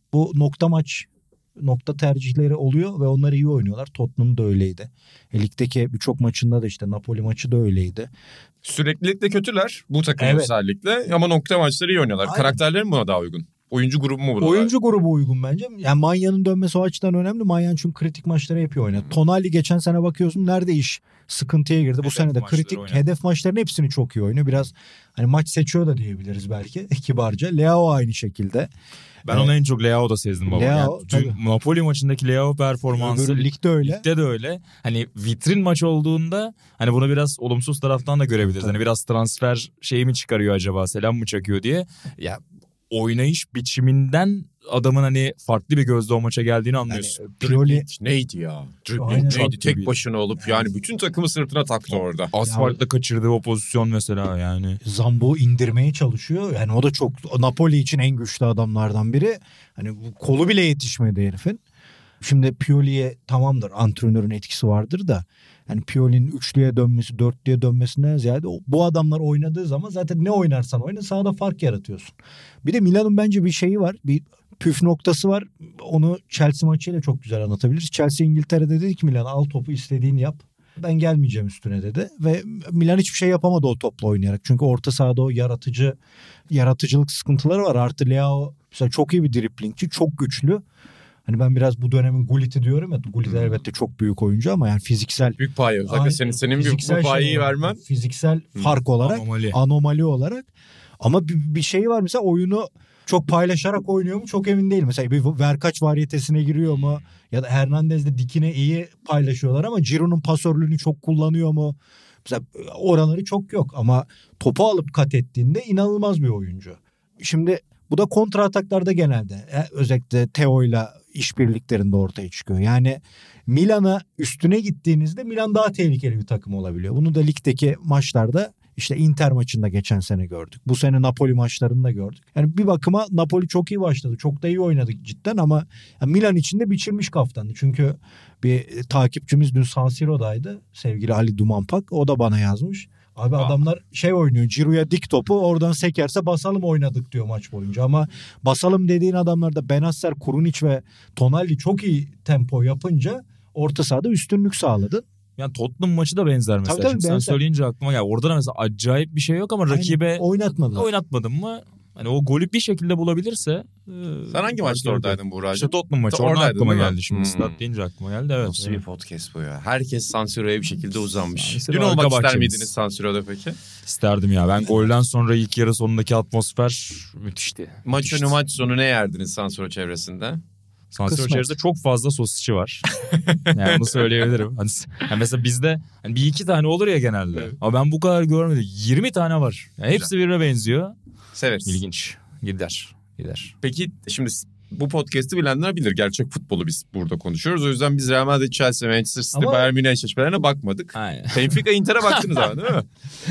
S4: bu nokta maç nokta tercihleri oluyor ve onlar iyi oynuyorlar. Tottenham da öyleydi. E, ligdeki birçok maçında da işte Napoli maçı da öyleydi.
S6: Süreklilikle kötüler bu takım
S4: Evet.
S6: özellikle ama nokta maçları iyi oynuyorlar.
S4: Aynen.
S6: Karakterleri mi buna daha uygun? Oyuncu grubu mu buna?
S4: Oyuncu grubu uygun bence. Yani Manya'nın dönmesi o açıdan önemli. Manyan çünkü kritik maçları hep iyi oynadı. Tonali geçen sene bakıyorsun nerede iş sıkıntıya girdi. Bu
S3: Hedef
S4: sene de
S3: maçları
S4: kritik
S3: oynadı.
S4: hedef maçların hepsini çok iyi oynuyor. Biraz hani maç seçiyor da diyebiliriz belki kibarca. Leao aynı şekilde.
S3: Ben
S4: Evet.
S3: onu en çok Leao'da sezdim baba.
S4: Leao,
S3: Yani tüm
S4: tabii.
S3: Napoli maçındaki Leao performansı
S4: Öbür ligde öyle.
S3: ligde de öyle. Hani vitrin maç olduğunda hani bunu biraz olumsuz taraftan da görebiliriz.
S4: Tabii.
S3: Hani biraz transfer şeyi mi çıkarıyor acaba, selam mı çakıyor diye. Ya oynayış biçiminden adamın hani farklı bir gözle o maça geldiğini anlıyorsun.
S4: Yani Pioli
S6: Dribbling neydi ya? Dribbling
S4: Aynen.
S6: neydi?
S3: Çok
S6: Tek
S3: iyi.
S6: başına olup yani bütün takımı sırtına taktı orada.
S3: Asfaltta kaçırdığı o pozisyon mesela yani.
S4: Zambo indirmeye çalışıyor. Yani o da çok Napoli için en güçlü adamlardan biri. Hani bu kolu bile yetişmedi herifin. Şimdi Pioli'ye tamamdır antrenörün etkisi vardır da yani Pioli'nin üçlüye dönmesi, dörtlüye dönmesinden ziyade o- bu adamlar oynadığı zaman zaten ne oynarsan oyna sahada fark yaratıyorsun. Bir de Milan'ın bence bir şeyi var. Bir püf noktası var. Onu Chelsea maçıyla çok güzel anlatabiliriz. Chelsea İngiltere'de dedi ki Milan'a al topu istediğini yap. Ben gelmeyeceğim üstüne dedi. Ve Milan hiçbir şey yapamadı o topla oynayarak. Çünkü orta sahada o yaratıcı yaratıcılık sıkıntıları var. Artı Leao mesela çok iyi bir driplingçi. Çok güçlü. Hani ben biraz bu dönemin Gullit'i diyorum ya. Gullit
S6: Hmm.
S4: elbette çok büyük oyuncu ama yani fiziksel
S6: Büyük payı özellikle
S4: Aynen.
S6: senin, senin bir,
S4: Fiziksel
S6: bu payı
S4: şey olarak,
S6: vermen.
S4: fiziksel fark olarak
S3: Anomali.
S4: anomali olarak ama bir, bir şey var mesela oyunu çok paylaşarak oynuyor mu çok emin değilim. Mesela bir Verkaç varyetesine giriyor mu ya da Hernandez'le dikine iyi paylaşıyorlar ama Giroud'un pasörlüğünü çok kullanıyor mu? Mesela oraları çok yok ama topu alıp kat ettiğinde inanılmaz bir oyuncu. Şimdi bu da kontra ataklarda genelde e, özellikle Teo'yla işbirliklerinde ortaya çıkıyor. Yani Milan'a üstüne gittiğinizde Milan daha tehlikeli bir takım olabiliyor. Bunu da ligdeki maçlarda işte Inter maçında geçen sene gördük. Bu sene Napoli maçlarında gördük. Yani bir bakıma Napoli çok iyi başladı. Çok da iyi oynadı cidden ama Milan içinde biçilmiş kaftandı. Çünkü bir takipçimiz dün San Siro'daydı. Sevgili Ali Dumanpak. O da bana yazmış. Abi
S6: Aa.
S4: adamlar şey oynuyor. Giroud'a dik topu oradan sekerse basalım oynadık diyor maç boyunca. Ama basalım dediğin adamlarda Benasser, Kurunic ve Tonali çok iyi tempo yapınca orta sahada üstünlük sağladı.
S3: Yani Tottenham maçı da benzer mesela.
S4: Tabii, tabii,
S3: Şimdi sen
S4: benzer.
S3: söyleyince aklıma geldi. Orada da mesela acayip bir şey yok ama rakibe
S4: Aynen, oynatmadılar.
S3: oynatmadın mı? Hani o golü bir şekilde bulabilirse. e,
S6: Sen hangi maçta
S3: fark
S6: oradaydın Buğra'cığım?
S3: İşte Tottenham maçı.
S6: Ta-
S3: Oradan
S6: oradaydın
S3: aklıma
S6: değil mi?
S3: geldi şimdi.
S6: Hmm.
S3: Stat deyince aklıma geldi. Evet.
S6: Nasıl
S3: evet.
S6: bir podcast bu ya? Herkes San Siro'ya bir şekilde uzanmış.
S3: San Siro
S6: Dün
S3: arka
S6: olmak ister
S3: bahçemiz.
S6: miydiniz San Siro'da peki?
S3: İsterdim ya. Ben golden sonra ilk yarı sonundaki atmosfer müthişti.
S6: Maç
S3: Müthişti.
S6: önü maç sonu ne yerdiniz San Siro çevresinde?
S3: San Siro
S4: Kısmet.
S3: içerisinde çok fazla sosisçi var. Yani onu söyleyebilirim. Hani, yani mesela bizde hani bir iki tane olur ya genelde.
S6: Evet.
S3: Ama ben bu kadar görmedim. yirmi tane var. Yani hepsi birbirine benziyor.
S6: Severiz.
S3: İlginç. Gider. Gider.
S6: Peki şimdi bu podcast'i bilenler bilir. Gerçek futbolu biz burada konuşuyoruz. O yüzden biz Real Madrid, Chelsea, Manchester City,
S4: Ama-
S6: Bayern Münih eşleşmelerine bakmadık.
S3: Aynen.
S6: Benfica, Inter'e baktınız ama değil mi?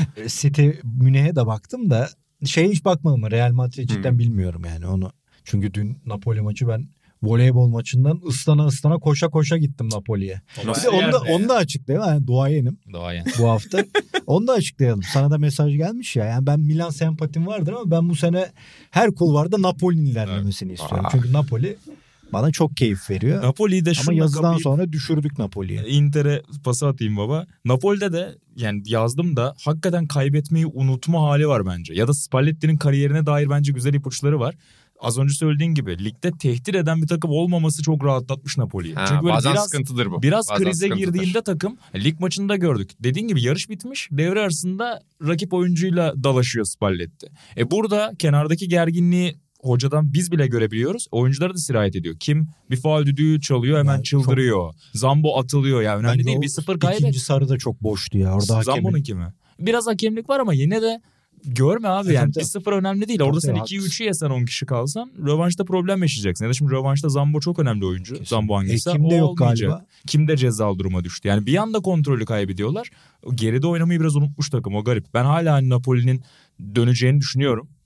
S4: City Münih'e de baktım da şeye hiç bakmadım. Real Madrid cidden
S6: Hmm.
S4: bilmiyorum yani onu. Çünkü dün Napoli maçı ben voleybol maçından ıslana ıslana koşa koşa gittim Napoli'ye. Bir de onu da, onu da açıklayalım. Yani duayenim
S3: Daha yani.
S4: bu hafta. Onu da açıklayalım. Sana da mesaj gelmiş ya. Yani ben Milan sempatim vardır ama ben bu sene her kulvarda Napoli'nin ilerlemesini istiyorum.
S6: Aa.
S4: Çünkü Napoli bana çok keyif veriyor.
S3: Napoli'yi de
S4: Ama
S3: şununla
S4: yazıdan
S3: kapayıp
S4: sonra düşürdük Napoli'yi.
S3: Inter'e pası atayım baba. Napoli'de de yani yazdım da hakikaten kaybetmeyi unutma hali var bence. Ya da Spalletti'nin kariyerine dair bence güzel ipuçları var. Az önce söylediğin gibi ligde tehdit eden bir takım olmaması çok rahatlatmış Napoli'yi.
S6: Ha,
S3: Çünkü böyle
S6: bazen
S3: biraz
S6: sıkıntıdır bu.
S3: Biraz
S6: Bazen
S3: krize
S6: sıkıntıdır.
S3: girdiğinde takım lig maçında gördük. Dediğin gibi yarış bitmiş. Devre arasında rakip oyuncuyla dalaşıyor Spalletti. E burada kenardaki gerginliği hocadan biz bile görebiliyoruz. Oyunculara da sirayet ediyor. Kim bir faul düdüğü çalıyor hemen
S4: Yani
S3: çıldırıyor. Zambo atılıyor ya. Önemli
S4: Bence
S3: değil.
S4: o
S3: bir sıfır kaybet.
S4: İkinci sarı da çok boştu ya. Orada hakemin.
S3: Zambo'nun kimi? Biraz hakemlik var ama yine de görme abi
S4: Evet,
S3: yani
S4: tabii.
S3: bir sıfır önemli değil. Orada
S4: Tabii,
S3: sen
S4: tabii,
S3: ikiyi
S4: haklısın.
S3: üçü yesen on kişi kalsan rövanşta problem yaşayacaksın. Ya da şimdi rövanşta Zambo çok önemli oyuncu.
S4: Kesin.
S3: Zambo hangisi?
S4: E, kimde
S3: O
S4: yok
S3: olmayacak.
S4: galiba.
S3: Kimde cezalı duruma düştü. Yani bir anda kontrolü kaybediyorlar. O geride oynamayı biraz unutmuş takım. O garip. Ben hala hani Napoli'nin döneceğini düşünüyorum.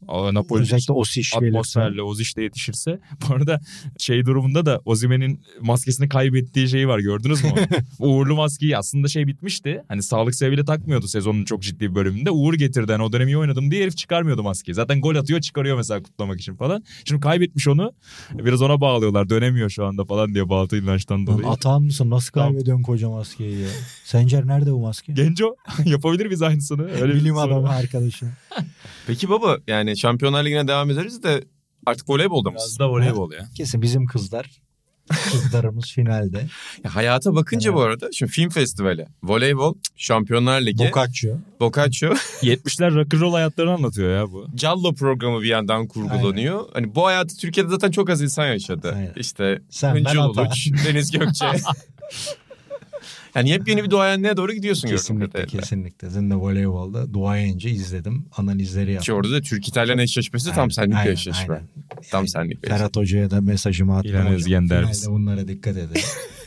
S3: Napoli
S4: Özellikle Osic gelirse.
S3: atmosferle Ozic de yetişirse. Bu arada şey durumunda da Osimhen'in maskesini kaybettiği şeyi var, gördünüz mü onu? Uğurlu maskeyi aslında şey bitmişti. Hani sağlık sebebiyle takmıyordu sezonun çok ciddi bir bölümünde. Uğur getirdi. Hani o dönem iyi oynadım diye herif çıkarmıyordu maskeyi. Zaten gol atıyor, çıkarıyor mesela kutlamak için falan. Şimdi kaybetmiş onu. Biraz ona bağlıyorlar. Dönemiyor şu anda falan diye Batı İlhanç'tan dolayı.
S4: Atağın mısın? Nasıl kaybediyorsun koca maskeyi ya? Sencer nerede bu maske?
S3: Genco yapabilir miyiz aynısını? Öyle
S4: Bilim
S3: bir soru.
S4: adamı arkadaşı.
S6: Peki baba, yani Şampiyonlar Ligi'ne devam ederiz de artık voleybolda mısın?
S3: Biraz da voleybol ya.
S4: Kesin bizim kızlar. Kızlarımız finalde.
S6: Ya hayata bakınca
S4: Evet.
S6: bu arada şimdi film festivali, voleybol, Şampiyonlar Ligi,
S4: Boccaccio.
S6: Boccaccio,
S3: yetmişler rock'n'roll hayatlarını anlatıyor ya bu.
S6: Callo programı bir yandan kurgulanıyor. Hani bu hayatı Türkiye'de zaten çok az insan yaşadı.
S4: Aynen.
S6: İşte
S4: Sen, ben,
S6: Hıncıl
S4: Ata.
S6: Uluç, Deniz Gökçe. Yani yepyeni bir duayenliğe doğru gidiyorsun gördüğüm
S4: Kesinlikle
S6: kadarıyla.
S4: kesinlikle. Senin de voleybolda duayenci izledim. Analizleri yaptım.
S6: Ki orada da Türk-İtalyan eşleşmesi
S4: Aynen,
S6: tam senlik bir
S4: aynen,
S6: eşleşme.
S4: aynen.
S6: Tam senlik bir eşleşme.
S4: Ferhat Hoca'ya da mesajımı attım.
S3: İlhan
S4: hocam.
S3: Özgen
S4: Finalde
S3: derbisi.
S4: bunlara dikkat edin.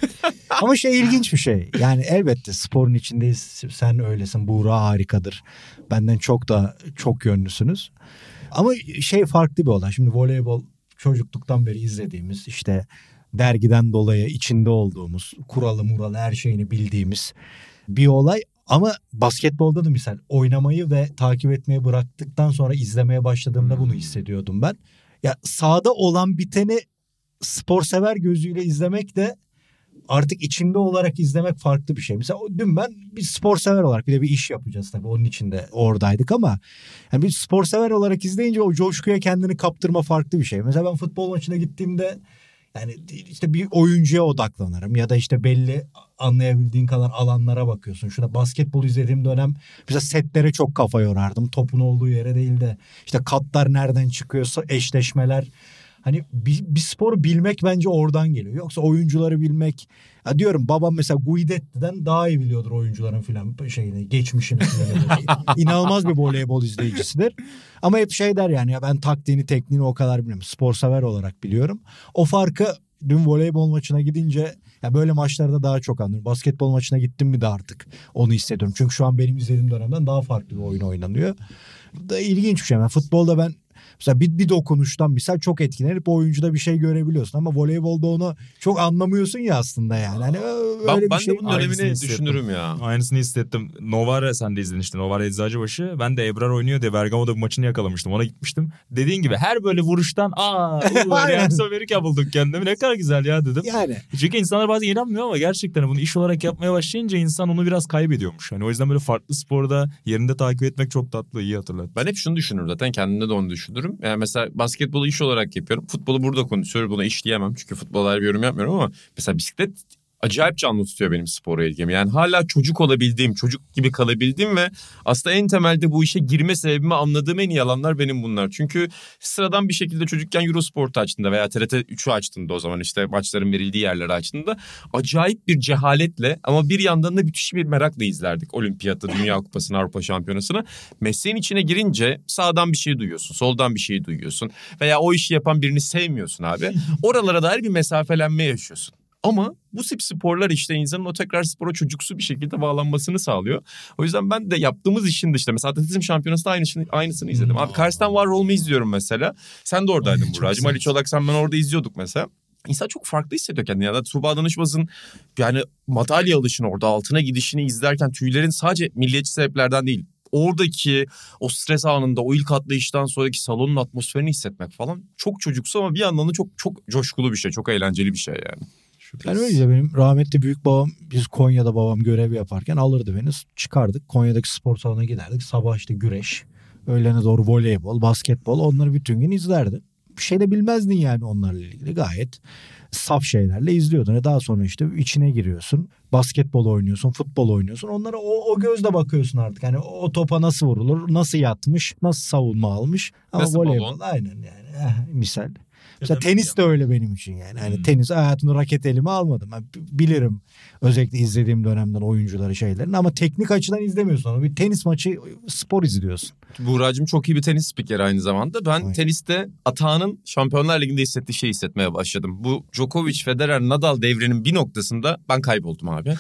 S4: Ama şey ilginç bir şey. Yani elbette sporun içindeyiz. Sen öylesin. Buğra harikadır. Benden çok da çok yönlüsünüz. Ama şey farklı bir olay. Şimdi voleybol çocukluktan beri izlediğimiz, işte dergiden dolayı içinde olduğumuz, kuralı muralı her şeyini bildiğimiz bir olay. Ama basketbolda da misal oynamayı ve takip etmeyi bıraktıktan sonra izlemeye başladığımda bunu hissediyordum ben. Ya sahada olan biteni spor sever gözüyle izlemek de artık içinde olarak izlemek farklı bir şey. Mesela dün ben bir spor sever olarak, bir de bir iş yapacağız tabii, onun için de oradaydık ama yani bir spor sever olarak izleyince o coşkuya kendini kaptırma farklı bir şey. Mesela ben futbol maçına gittiğimde yani işte bir oyuncuya odaklanırım ya da işte belli anlayabildiğin kadar alanlara bakıyorsun. Şurada basketbol izlediğim dönem mesela setlere çok kafa yorardım. Topun olduğu yere değil de işte katlar nereden çıkıyorsa, eşleşmeler. Hani bir, bir sporu bilmek bence oradan geliyor. Yoksa oyuncuları bilmek, ya diyorum babam mesela Guidetti'den daha iyi biliyordur oyuncuların filan şeyini, geçmişini filan. İnanılmaz bir voleybol izleyicisidir. Ama hep şey der yani, ya ben taktiğini, tekniğini o kadar bilmiyorum. Spor sever olarak biliyorum. O farkı dün voleybol maçına gidince, ya böyle maçlarda daha çok anlıyorum. Basketbol maçına gittim mi de artık onu hissediyorum. Çünkü şu an benim izlediğim dönemden daha farklı bir oyun oynanıyor. Bu da ilginç bir şey. Yani futbolda ben mesela bir, bir dokunuştan misal çok etkilenip o oyuncuda bir şey görebiliyorsun ama voleybolda onu çok anlamıyorsun ya aslında yani. Hani öyle
S6: Ben,
S4: bir
S6: ben
S4: şey.
S6: de bunun
S3: Aynısını
S6: dönemini
S3: hissettim.
S6: düşünürüm ya.
S3: Aynısını hissettim. Novara sen de izledin işte. Novara Eczacıbaşı. Ben de Ebrar oynuyor diye Bergamo'da bir maçını yakalamıştım. Ona gitmiştim. Dediğin gibi her böyle vuruştan aa
S4: Aynen.
S3: reaksiyon verirken bulduk kendimi. Ne kadar güzel ya dedim.
S4: Yani
S3: Çünkü insanlar bazen inanmıyor ama gerçekten bunu iş olarak yapmaya başlayınca insan onu biraz kaybediyormuş. Hani o yüzden böyle farklı sporda yerinde takip etmek çok tatlı, iyi hatırlat.
S6: Ben hep şunu düşünürüm zaten, kendimde de onu düşünürüm. Yani mesela basketbolu iş olarak yapıyorum. Futbolu burada konuşuyorum. Buna iş diyemem çünkü futbola bir yorum yapmıyorum ama mesela bisiklet acayip canlı tutuyor benim spora ilgimi. Yani hala çocuk olabildiğim, çocuk gibi kalabildiğim ve aslında en temelde bu işe girme sebebimi anladığım en iyi alanlar benim bunlar. Çünkü sıradan bir şekilde çocukken Eurosport'u açtığında veya T R T üçü açtığında, o zaman işte maçların verildiği yerleri açtığında acayip bir cehaletle ama bir yandan da müthiş bir merakla izlerdik. Olimpiyatı, Dünya Kupası'nı, Avrupa Şampiyonası'nı. Mesleğin içine girince sağdan bir şey duyuyorsun, soldan bir şey duyuyorsun veya o işi yapan birini sevmiyorsun abi. Oralara dair bir mesafelenme yaşıyorsun. Ama bu tip sporlar işte insanın o tekrar spora çocuksu bir şekilde bağlanmasını sağlıyor. O yüzden ben de yaptığımız işin dışında mesela atletizm şampiyonasında aynısını, aynısını izledim. Abi karşıdan var olmayı izliyorum mesela. Sen de oradaydın Buracığım. Ali Çolak, sen, ben orada izliyorduk mesela. İnsan çok farklı hissediyor kendini. Ya da Tuğba Danışmaz'ın yani madalya alışını, orada altına gidişini izlerken tüylerin sadece milliyetçi sebeplerden değil, oradaki o stres anında, o ilk atlayıştan sonraki salonun atmosferini hissetmek falan çok çocuksu ama bir yandan da çok çok coşkulu bir şey, çok eğlenceli bir şey yani.
S4: ben öyle, benim rahmetli büyük babam, biz Konya'da babam görev yaparken alırdı beni, çıkardık Konya'daki spor salonuna giderdik. Sabah işte güreş, öğlene doğru voleybol, basketbol, onları bütün gün izlerdi. Bir şey de bilmezdin yani onlarla ilgili, gayet saf şeylerle izliyordun. E daha sonra işte içine giriyorsun, basketbol oynuyorsun, futbol oynuyorsun, onlara o, o gözle bakıyorsun artık. Yani o topa nasıl vurulur, nasıl yatmış, nasıl savunma almış, ama
S6: Nasıl
S4: voleybol
S6: balon?
S4: aynen yani eh, misal. Mesela
S3: Tabii
S4: tenis de öyle benim için yani. Hani
S3: Hmm.
S4: tenis, hayatımda raket elime almadım. Ben bilirim özellikle izlediğim dönemden oyuncuları, şeylerini, ama teknik açıdan izlemiyorsun onu. Bir tenis maçı, spor izliyorsun.
S6: Buğra'cığım çok iyi bir tenis spikeri aynı zamanda. Ben
S4: Aynen.
S6: teniste Atağan'ın Şampiyonlar Ligi'nde hissettiği şeyi hissetmeye başladım. Bu Djokovic, Federer, Nadal devrinin bir noktasında ben kayboldum abi.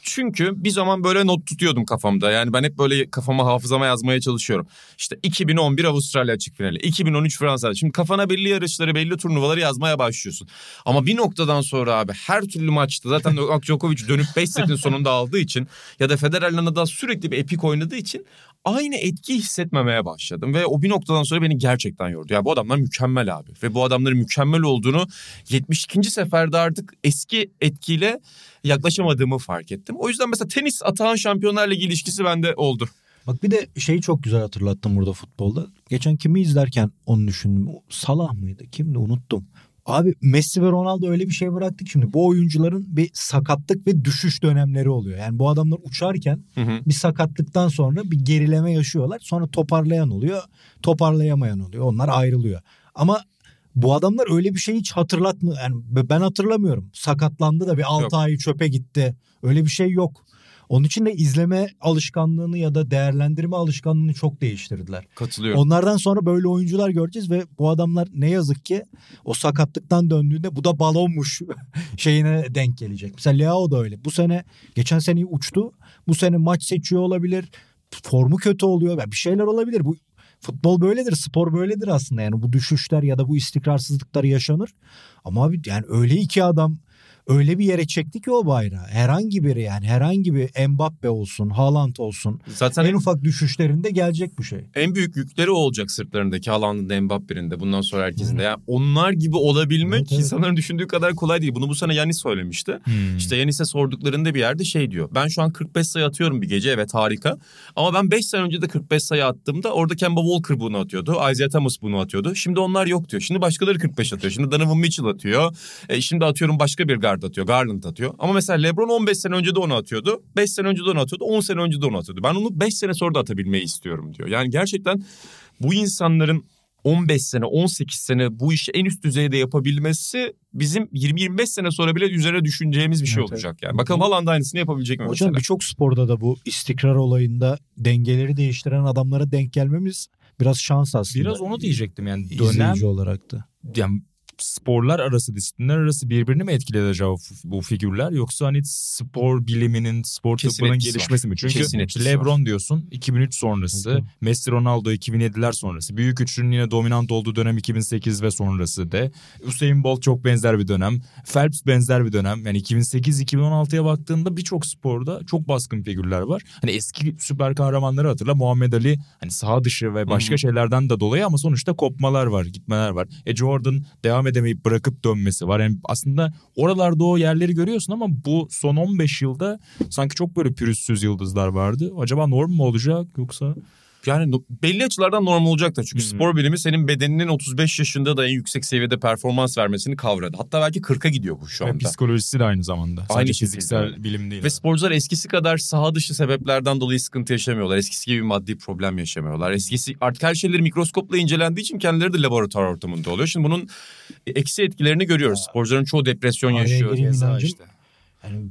S6: Çünkü bir zaman böyle not tutuyordum kafamda. Yani ben hep böyle kafama hafızama yazmaya çalışıyorum. İşte iki bin on bir Avustralya açık finali, iki bin on üç Fransa. Şimdi kafana belli yarışları, belli turnuvaları yazmaya başlıyorsun. Ama bir noktadan sonra abi her türlü maçta zaten Novak Djokovic dönüp beş setin sonunda aldığı için ya da Federer'le Nadal sürekli bir epik oynadığı için aynı etki hissetmemeye başladım. Ve o bir noktadan sonra beni gerçekten yordu. Ya bu adamlar mükemmel abi. Ve bu adamların mükemmel olduğunu yetmiş ikinci seferde artık eski etkiyle yaklaşamadığımı fark ettim. O yüzden mesela tenis Atahan Şampiyonlar Ligi ilişkisi bende oldu.
S4: Bak bir de şeyi çok güzel hatırlattım burada futbolda. Geçen kimi izlerken onu düşündüm. Salah mıydı? Kimdi? Unuttum. Abi Messi ve Ronaldo öyle bir şey bıraktık şimdi. Bu oyuncuların bir sakatlık ve düşüş dönemleri oluyor. Yani bu adamlar uçarken hı hı. bir sakatlıktan sonra bir gerileme yaşıyorlar. Sonra toparlayan oluyor, toparlayamayan oluyor. Onlar ayrılıyor. Ama bu adamlar öyle bir şey hiç hatırlatmıyor. Yani ben hatırlamıyorum. Sakatlandı da bir altı ay çöpe gitti. Öyle bir şey yok. Onun için de izleme alışkanlığını ya da değerlendirme alışkanlığını çok değiştirdiler.
S6: Katılıyorum.
S4: Onlardan sonra böyle oyuncular göreceğiz ve bu adamlar ne yazık ki o sakatlıktan döndüğünde bu da balonmuş şeyine denk gelecek. Mesela Leao da öyle. Bu sene geçen sene uçtu. Bu sene maç seçiyor olabilir. Formu kötü oluyor. Yani bir şeyler olabilir. Bu futbol böyledir, spor böyledir aslında. Yani bu düşüşler ya da bu istikrarsızlıklar yaşanır. Ama abi yani öyle iki adam öyle bir yere çekti ki o bayrağı. Herhangi biri yani herhangi bir Mbappe olsun, Haaland olsun. Zaten en ufak düşüşlerinde gelecek bu şey.
S6: En büyük yükleri o olacak sırtlarındaki, Haaland'ın da Mbappe'nin de bundan sonra herkesin de. Yani onlar gibi olabilmek evet, evet. insanların düşündüğü kadar kolay değil. Bunu bu sene Yanis söylemişti. Hmm. İşte Yanis'e sorduklarında bir yerde şey diyor. Ben şu an kırk beş sayı atıyorum bir gece, evet harika. Ama ben beş sene önce de kırk beş sayı attığımda orada Kemba Walker bunu atıyordu. Isaiah Thomas bunu atıyordu. Şimdi onlar yok diyor. Şimdi başkaları kırk beş atıyor. Şimdi Donovan Mitchell atıyor. E şimdi atıyorum başka bir guard atıyor. Garland atıyor. Ama mesela LeBron on beş sene önce de onu atıyordu. beş sene önce de onu atıyordu. on sene önce de onu atıyordu. Ben onu beş sene sonra da atabilmeyi istiyorum diyor. Yani gerçekten bu insanların on beş sene, on sekiz sene bu işi en üst düzeyde yapabilmesi bizim yirmi yirmi beş sene sonra bile üzerine düşüneceğimiz bir şey evet, olacak yani. Bakalım Haaland aynısını yapabilecek mi?
S4: Hocam birçok sporda da bu istikrar olayında dengeleri değiştiren adamlara denk gelmemiz biraz şans aslında.
S3: Biraz onu diyecektim yani. Dönem
S4: olarak da.
S3: Yani sporlar arası, disiplinler arası birbirini mi etkiledi acaba bu figürler, yoksa hani spor biliminin, spor tıbbının gelişmesi var. mi? Çünkü LeBron var. diyorsun iki bin üç sonrası, okay. Messi, Ronaldo iki bin yediler sonrası. Büyük üçlünün yine dominant olduğu dönem iki bin sekiz ve sonrası de. Usain Bolt çok benzer bir dönem. Phelps benzer bir dönem. Yani iki bin sekiz iki bin on altıya baktığında birçok sporda çok baskın figürler var. Hani eski süper kahramanları hatırla, Muhammed Ali hani saha dışı ve başka Hı-hı. şeylerden de dolayı ama sonuçta kopmalar var, gitmeler var. E Jordan devam edemeyip bırakıp dönmesi var. Yani aslında oralarda o yerleri görüyorsun ama bu son on beş yılda sanki çok böyle pürüzsüz yıldızlar vardı. Acaba norm mu olacak yoksa?
S6: Yani belli açılardan normal olacaktır. Çünkü hmm. spor bilimi senin bedeninin otuz beş yaşında da en yüksek seviyede performans vermesini kavradı. Hatta belki kırka gidiyor bu şu anda.
S3: Ve psikolojisi de aynı zamanda. Sadece aynı fiziksel şekilde. Bilim değil.
S6: Ve sporcular eskisi kadar saha dışı sebeplerden dolayı sıkıntı yaşamıyorlar. Eskisi gibi maddi problem yaşamıyorlar. Eskisi artık her şeyleri mikroskopla incelendiği için kendileri de laboratuvar ortamında oluyor. Şimdi bunun eksi etkilerini görüyoruz. Sporcuların çoğu depresyon
S4: Araya
S6: yaşıyor.
S4: Inancım, işte. Yani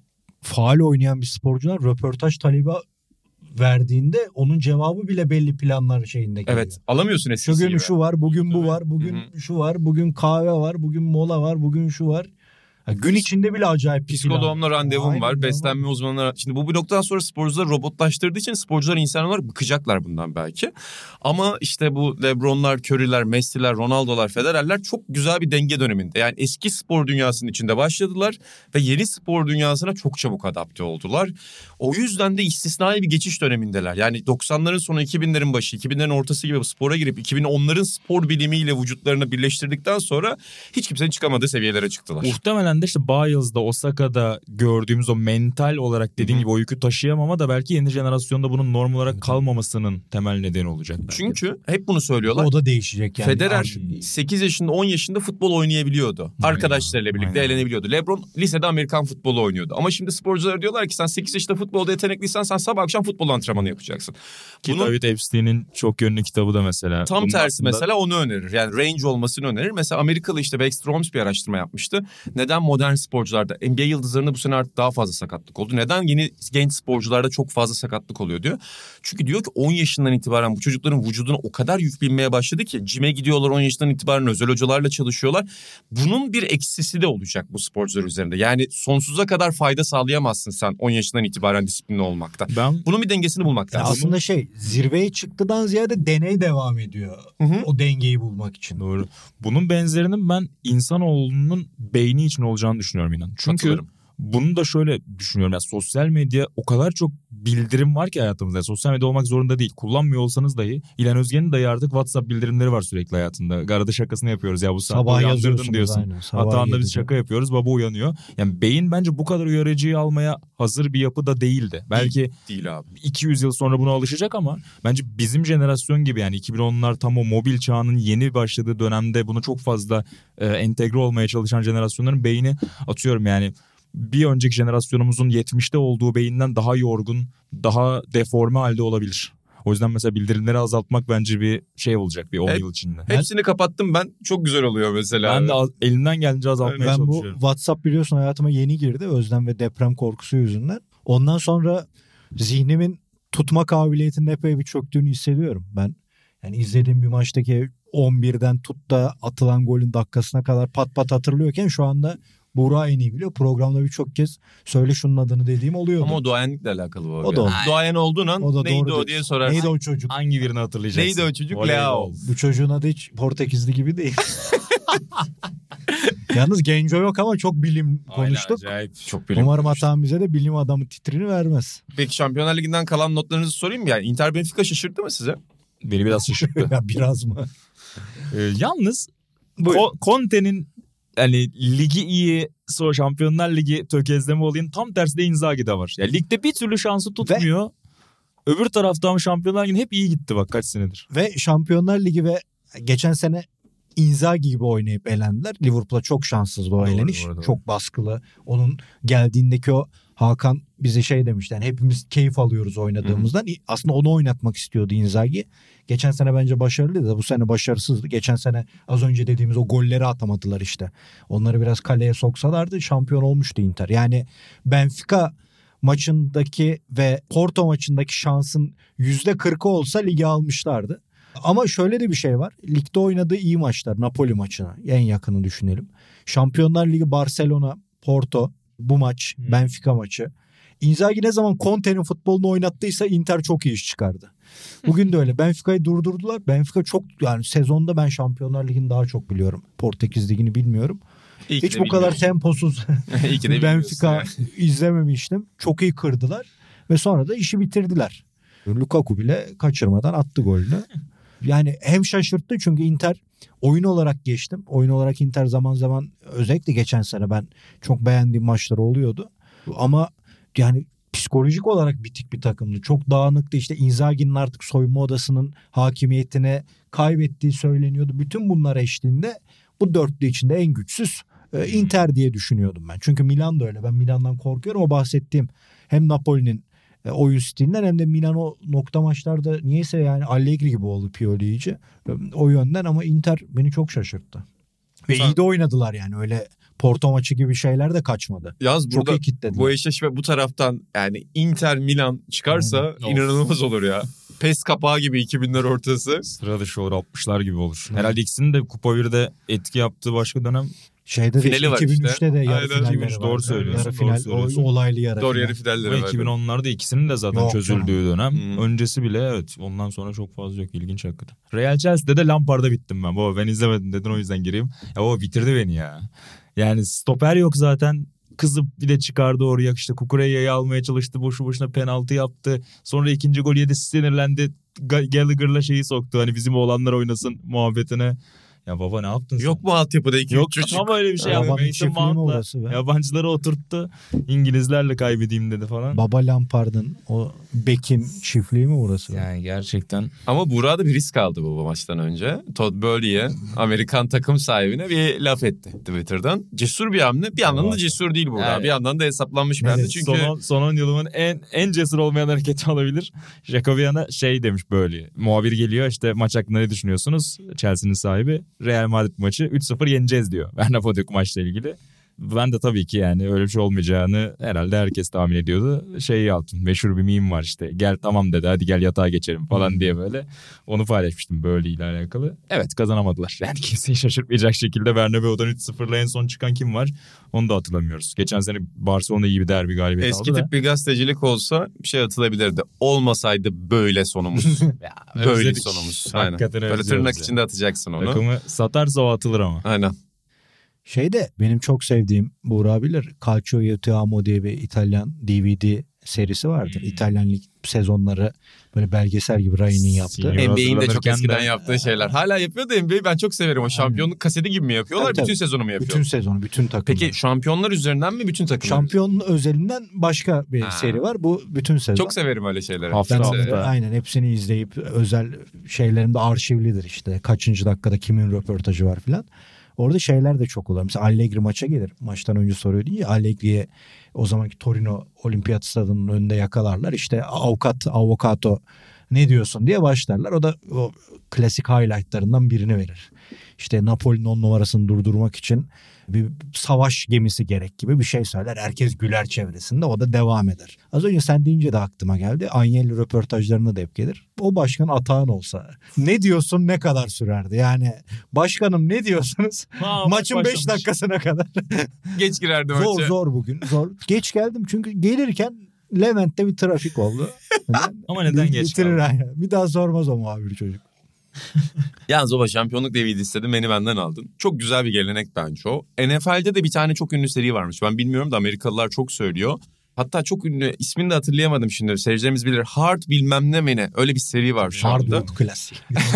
S4: faal oynayan bir sporcular röportaj talebi verdiğinde onun cevabı bile belli planlar şeyinde geliyor.
S6: Evet, alamıyorsun eskisi
S4: Bugün
S6: gibi.
S4: şu var, bugün bu var, bugün Hı-hı. şu var, bugün kahve var, bugün mola var, bugün şu var. Ya gün içinde bile acayip bir
S6: psikoloğumla randevum var, beslenme uzmanları. Şimdi bu bir noktadan sonra sporcuları robotlaştırdığı için sporcular insan olarak bıkacaklar bundan belki. Ama işte bu LeBron'lar, Curry'ler, Messi'ler, Ronaldo'lar, Federer'ler çok güzel bir denge döneminde. Yani eski spor dünyasının içinde başladılar ve yeni spor dünyasına çok çabuk adapte oldular. O yüzden de istisnai bir geçiş dönemindeler. Yani doksanların sonu, iki binlerin başı, iki binlerin ortası gibi spora girip iki bin onların spor bilimiyle vücutlarını birleştirdikten sonra hiç kimsenin çıkamadığı seviyelere çıktılar.
S3: Muhtemelen de işte Biles'da, Osaka'da gördüğümüz o mental olarak dediğim Hı-hı. gibi o yükü taşıyamama da belki yeni jenerasyonda bunun norm olarak kalmamasının temel nedeni olacak belki.
S6: Çünkü hep bunu söylüyorlar.
S4: O da değişecek yani.
S6: Federer artık sekiz yaşında, on yaşında futbol oynayabiliyordu. Aynen. Arkadaşlarıyla birlikte Aynen. eğlenebiliyordu. LeBron lisede Amerikan futbolu oynuyordu. Ama şimdi sporcular diyorlar ki sen sekiz yaşında futbolda yetenekliysen sen sabah akşam futbol antrenmanı yapacaksın.
S3: Ki Bunun... David Epstein'in çok yönlü kitabı da mesela.
S6: Tam tersi aslında... mesela onu önerir. Yani range olmasını önerir. Mesela Amerikalı işte Baxter Holmes bir araştırma yapmıştı. Neden neden modern sporcularda, N B A yıldızlarında bu sene artık daha fazla sakatlık oldu? Neden yeni genç sporcularda çok fazla sakatlık oluyor diyor. Çünkü diyor ki on yaşından itibaren bu çocukların vücuduna o kadar yük binmeye başladı ki cime gidiyorlar on yaşından itibaren, özel hocalarla çalışıyorlar. Bunun bir eksisi de olacak bu sporcular üzerinde. Yani sonsuza kadar fayda sağlayamazsın sen on yaşından itibaren disiplinli olmakta.
S3: Ben
S6: Bunun bir dengesini bulmak
S4: Yani
S6: lazım.
S4: aslında şey, zirveye çıktıdan ziyade deney devam ediyor.
S6: Hı hı.
S4: O dengeyi bulmak için.
S3: Doğru. Bunun benzerinin ben insanoğlunun beyni için olacağını düşünüyorum inan. Çünkü
S6: Katılırım.
S3: bunu da şöyle düşünüyorum. Yani sosyal medya, o kadar çok bildirim var ki hayatımızda. Yani sosyal medya olmak zorunda değil. Kullanmıyor olsanız dahi. İlhan Özgen'in dahi artık WhatsApp bildirimleri var sürekli hayatında. Arada şakasını yapıyoruz. Ya bu saatte
S4: Sabah
S3: uyandırdın
S4: yazıyorsunuz
S3: diyorsun.
S4: aynen. Sabah
S3: Hatta biz
S4: yedide.
S3: şaka yapıyoruz. Baba uyanıyor. Yani beyin bence bu kadar uyarıcıyı almaya hazır bir yapıda değildi. Belki
S6: Değil abi.
S3: iki yüz yıl sonra buna alışacak ama bence bizim jenerasyon gibi, yani iki bin onlar tam o mobil çağının yeni başladığı dönemde bunu çok fazla e, entegre olmaya çalışan jenerasyonların beyni, atıyorum yani bir önceki jenerasyonumuzun yetmişte olduğu beyinden daha yorgun, daha deforme halde olabilir. O yüzden mesela bildirimleri azaltmak bence bir şey olacak bir on
S6: Hep-
S3: yıl içinde.
S6: Hepsini kapattım ben. Çok güzel oluyor mesela.
S3: Ben de az- elimden gelince azaltmaya
S4: Ben bu
S3: çalışıyorum.
S4: WhatsApp biliyorsun hayatıma yeni girdi. Özlem ve deprem korkusu yüzünden. Ondan sonra zihnimin tutma kabiliyetinin epey bir çöktüğünü hissediyorum. Ben yani izlediğim bir maçtaki on birden tut da atılan golün dakikasına kadar pat pat hatırlıyorken şu anda Buğra en iyi biliyor. Programda birçok kez söyle şunun adını dediğim oluyordu.
S6: Ama o duayenlikle alakalı bu.
S4: O da oldu.
S6: Duayen olduğun an
S4: O da
S6: neydi
S4: doğru
S6: o
S4: diyorsun.
S6: diye sorarsın.
S4: Neydi o çocuk?
S3: Hangi birini hatırlayacaksın?
S6: Neydi o çocuk?
S3: Voleybol.
S6: Leao.
S4: Bu çocuğun adı hiç Portekizli gibi değil. Yalnız Genco yok ama çok bilim konuştuk.
S3: Aynen, acayip.
S6: Çok bilim
S4: Umarım
S6: konuştuk.
S4: hatam bize de bilim adamı titrini vermez.
S6: Peki Şampiyonlar Ligi'nden kalan notlarınızı sorayım mı? Yani Inter Benfica şaşırttı mı size?
S3: Beni biraz şaşırttı.
S4: Ya biraz mı?
S3: Ee, yalnız
S4: Buyurun.
S3: Ko- Conte'nin hani ligi iyi, sonra Şampiyonlar Ligi tökezleme olayın tam tersi de Inzaghi'de var. Yani ligde bir türlü şansı tutmuyor. Öbür tarafta ama Şampiyonlar Ligi'ne hep iyi gitti bak kaç senedir.
S4: Ve Şampiyonlar Ligi ve geçen sene Inzaghi gibi oynayıp elendiler. Liverpool'a çok şanssızdı o
S3: Doğru,
S4: eleniş.
S3: doğru, doğru.
S4: Çok baskılı. Onun geldiğindeki o Hakan bize şey demişti. Yani hepimiz keyif alıyoruz oynadığımızdan. Aslında onu oynatmak istiyordu Inzaghi. Geçen sene bence başarılıydı da bu sene başarısızdı. Geçen sene az önce dediğimiz o golleri atamadılar işte. Onları biraz kaleye soksalardı şampiyon olmuştu Inter. Yani Benfica maçındaki ve Porto maçındaki şansın yüzde kırkı olsa ligi almışlardı. Ama şöyle de bir şey var. Ligde oynadığı iyi maçlar. Napoli maçına en yakını düşünelim. Şampiyonlar Ligi Barcelona, Porto, bu maç,
S3: Hmm.
S4: Benfica maçı. Inzaghi ne zaman Conte'nin futbolunu oynattıysa Inter çok iyi iş çıkardı. Bugün de öyle. Benfica'yı durdurdular. Benfica çok, yani sezonda ben Şampiyonlar Ligi'ni daha çok biliyorum. Portekiz Ligi'ni bilmiyorum.
S6: İyi ki
S4: Hiç
S6: de
S4: bu kadar
S6: bilmiyorsun.
S4: temposuz
S6: İyi ki de bilmiyorsun
S4: Benfica
S6: yani.
S4: izlememiştim. Çok iyi kırdılar ve sonra da işi bitirdiler. Lukaku bile kaçırmadan attı golünü. Yani hem şaşırttı çünkü Inter oyun olarak geçtim. Oyun olarak Inter zaman zaman özellikle geçen sene ben çok beğendiğim maçları oluyordu. Ama yani psikolojik olarak bitik bir takımdı. Çok dağınıktı. İşte Inzaghi'nin artık soyunma odasının hakimiyetine kaybettiği söyleniyordu. Bütün bunlar eşliğinde bu dörtlü içinde en güçsüz e, Inter diye düşünüyordum ben. Çünkü Milan da öyle. Ben Milan'dan korkuyorum. O bahsettiğim hem Napoli'nin e, oyun stilinden hem de Milan o nokta maçlarda niyeyse yani Allegri gibi oldu Pioli iyice. E, O yönden ama Inter beni çok şaşırttı. Ve
S6: Sen-
S4: iyi de oynadılar yani. Öyle Porto maçı gibi şeyler de kaçmadı.
S6: Yalnız
S4: Çok
S6: burada
S4: iyi kitlediler.
S6: bu eşleşme bu taraftan yani Inter Milan çıkarsa
S3: Aynen.
S6: inanılmaz olur ya. Pes kapağı gibi iki binler ortası.
S3: Sıra dışı olur, altmışlar gibi olur. Herhalde ikisinin de Kupa birde etki yaptığı başka dönem.
S4: Şeyde de
S6: Finali var
S4: iki bin üçte
S6: işte.
S4: de yarı
S6: Aynen,
S4: finalleri
S3: iki bin üç,
S4: vardı.
S3: doğru söylüyorsun,
S4: Yarı
S3: doğru
S4: final,
S3: söylüyorsun.
S4: o olaylı yarı
S6: Doğru
S4: final.
S6: yarı finalleri
S3: Ama
S6: var.
S3: iki bin onlarda ikisinin de zaten
S4: Yok
S3: çözüldüğü dönem.
S6: Hı.
S3: Öncesi bile evet, ondan sonra çok fazla yok. İlginç hakikaten. Real Chelsea'de de Lampard'a bittim ben. Baba ben izlemedim dedin, o yüzden gireyim. Ya baba bitirdi beni ya. Yani stoper yok zaten. Kızıp bir de çıkardı oraya, işte Kukureya'yı almaya çalıştı. Boşu boşuna penaltı yaptı. Sonra ikinci gol yedi, sinirlendi. Ga- Gallagher'la şeyi soktu. Hani bizim oğlanlar oynasın muhabbetine. Ya baba ne yaptın sen?
S6: Yok mu altyapıda iki
S3: Yok
S6: üç çocuk?
S3: ama öyle bir şey yaptı.
S4: Babanın
S3: Mason
S4: çiftliği mi
S3: Mount'la
S4: orası be?
S3: yabancıları oturttu. İngilizlerle kaybedeyim dedi falan.
S4: Baba Lampard'ın o Beck'in çiftliği mi burası?
S3: Yani gerçekten.
S6: Ama Buğra da bir risk aldı bu maçtan önce. Todd Bowley'e, Amerikan takım sahibine bir laf etti Twitter'dan. Cesur bir hamle. Bir yandan da cesur değil Buğra.
S3: Yani-
S6: Bir yandan da hesaplanmış bir
S4: Ne
S6: hamle.
S4: dedi?
S6: Çünkü
S3: Son on, son on yılımın en en cesur olmayan hareketi olabilir. Jacobian'a şey demiş böyle. Muhabir geliyor, işte maç hakkında ne düşünüyorsunuz? Chelsea'nin sahibi. Real Madrid maçı üç sıfır yeneceğiz diyor. Bernabéu'daki maçla ilgili. Ben de tabii ki yani öyle bir şey olmayacağını herhalde herkes tahmin ediyordu. Şey yaptım, meşhur bir meme var işte. Gel tamam dedi, hadi gel yatağa geçelim falan diye böyle. Onu paylaşmıştım böyle ile alakalı. Evet, kazanamadılar. Yani kimseyi şaşırtmayacak şekilde Bernabeu'dan üç sıfırla en son çıkan kim var? Onu da hatırlamıyoruz. Geçen sene Barcelona iyi bir derbi galibiyeti
S6: Eski
S3: aldı da.
S6: tip bir gazetecilik olsa bir şey atılabilirdi. Olmasaydı böyle sonumuz.
S3: Ya,
S6: böyle
S3: özledik.
S6: sonumuz. Aynen.
S3: Hakikaten
S6: Böyle
S3: özlüyoruz
S6: tırnak
S3: ya.
S6: içinde atacaksın onu.
S3: Takımı satarsa o atılır ama.
S6: Aynen.
S4: Şey de benim çok sevdiğim, Buğra bilir, Calcio Io Ti Amo diye bir İtalyan D V D serisi vardır.
S3: Hmm.
S4: İtalyan lig sezonları böyle belgesel gibi Ryan'in yaptığı.
S3: Senior
S6: N B A'in de çok
S3: hazırlanırken
S6: eskiden
S3: de-
S6: yaptığı şeyler. Hala yapıyor da N B A ben çok severim. O şampiyonluk kaseti gibi mi yapıyorlar?
S4: Tabii, tabii.
S6: Bütün sezonu mu yapıyor?
S4: Bütün sezonu, bütün takımlar.
S6: Peki şampiyonlar üzerinden mi bütün takımlar?
S4: Şampiyonun özelinden başka bir
S6: Ha.
S4: seri var. Bu bütün sezon.
S6: Çok severim öyle şeyleri.
S3: Hafta
S4: Ben
S6: Çok
S3: hafta.
S6: severim.
S4: aynen hepsini izleyip özel şeylerimde arşivlidir işte. Kaçıncı dakikada kimin röportajı var filan. Orada şeyler de çok olur. Mesela Allegri maça gelir. Maçtan önce soruyordu ya, Allegri'ye o zamanki Torino Olimpiyat Stadı'nın önünde yakalarlar. İşte avukat, avokato ne diyorsun diye başlarlar. O da o klasik highlightlarından birini verir. İşte Napoli'nin on numarasını durdurmak için bir savaş gemisi gerek gibi bir şey söyler. Herkes güler çevresinde, o da devam eder. Az önce sen deyince de aklıma geldi. Agnelli röportajlarına da hep gelir. O başkan Atahan olsa ne diyorsun ne kadar sürerdi? Yani başkanım ne diyorsunuz?
S3: Ha,
S4: Maçın
S3: maç
S4: beş
S3: başlamış.
S4: dakikasına kadar.
S6: Geç girerdim
S4: Zor
S6: maça.
S4: zor bugün. Zor. Geç geldim çünkü gelirken Levent'te bir trafik oldu.
S3: Ama neden
S4: Bir-
S3: geç
S4: bitirir
S3: kaldın?
S4: aynen. Bir daha sormaz o muhabir çocuk.
S6: Yalnız o şampiyonluk D V D istedim, beni benden aldın. Çok güzel bir gelenek bence o. N F L'de de bir tane çok ünlü seri varmış. Ben bilmiyorum da Amerikalılar çok söylüyor. Hatta çok ünlü, ismini de hatırlayamadım şimdi. Seyircilerimiz bilir. Hard bilmem ne mi ne. Öyle bir seri var şu anda.
S4: Hardwood klasik.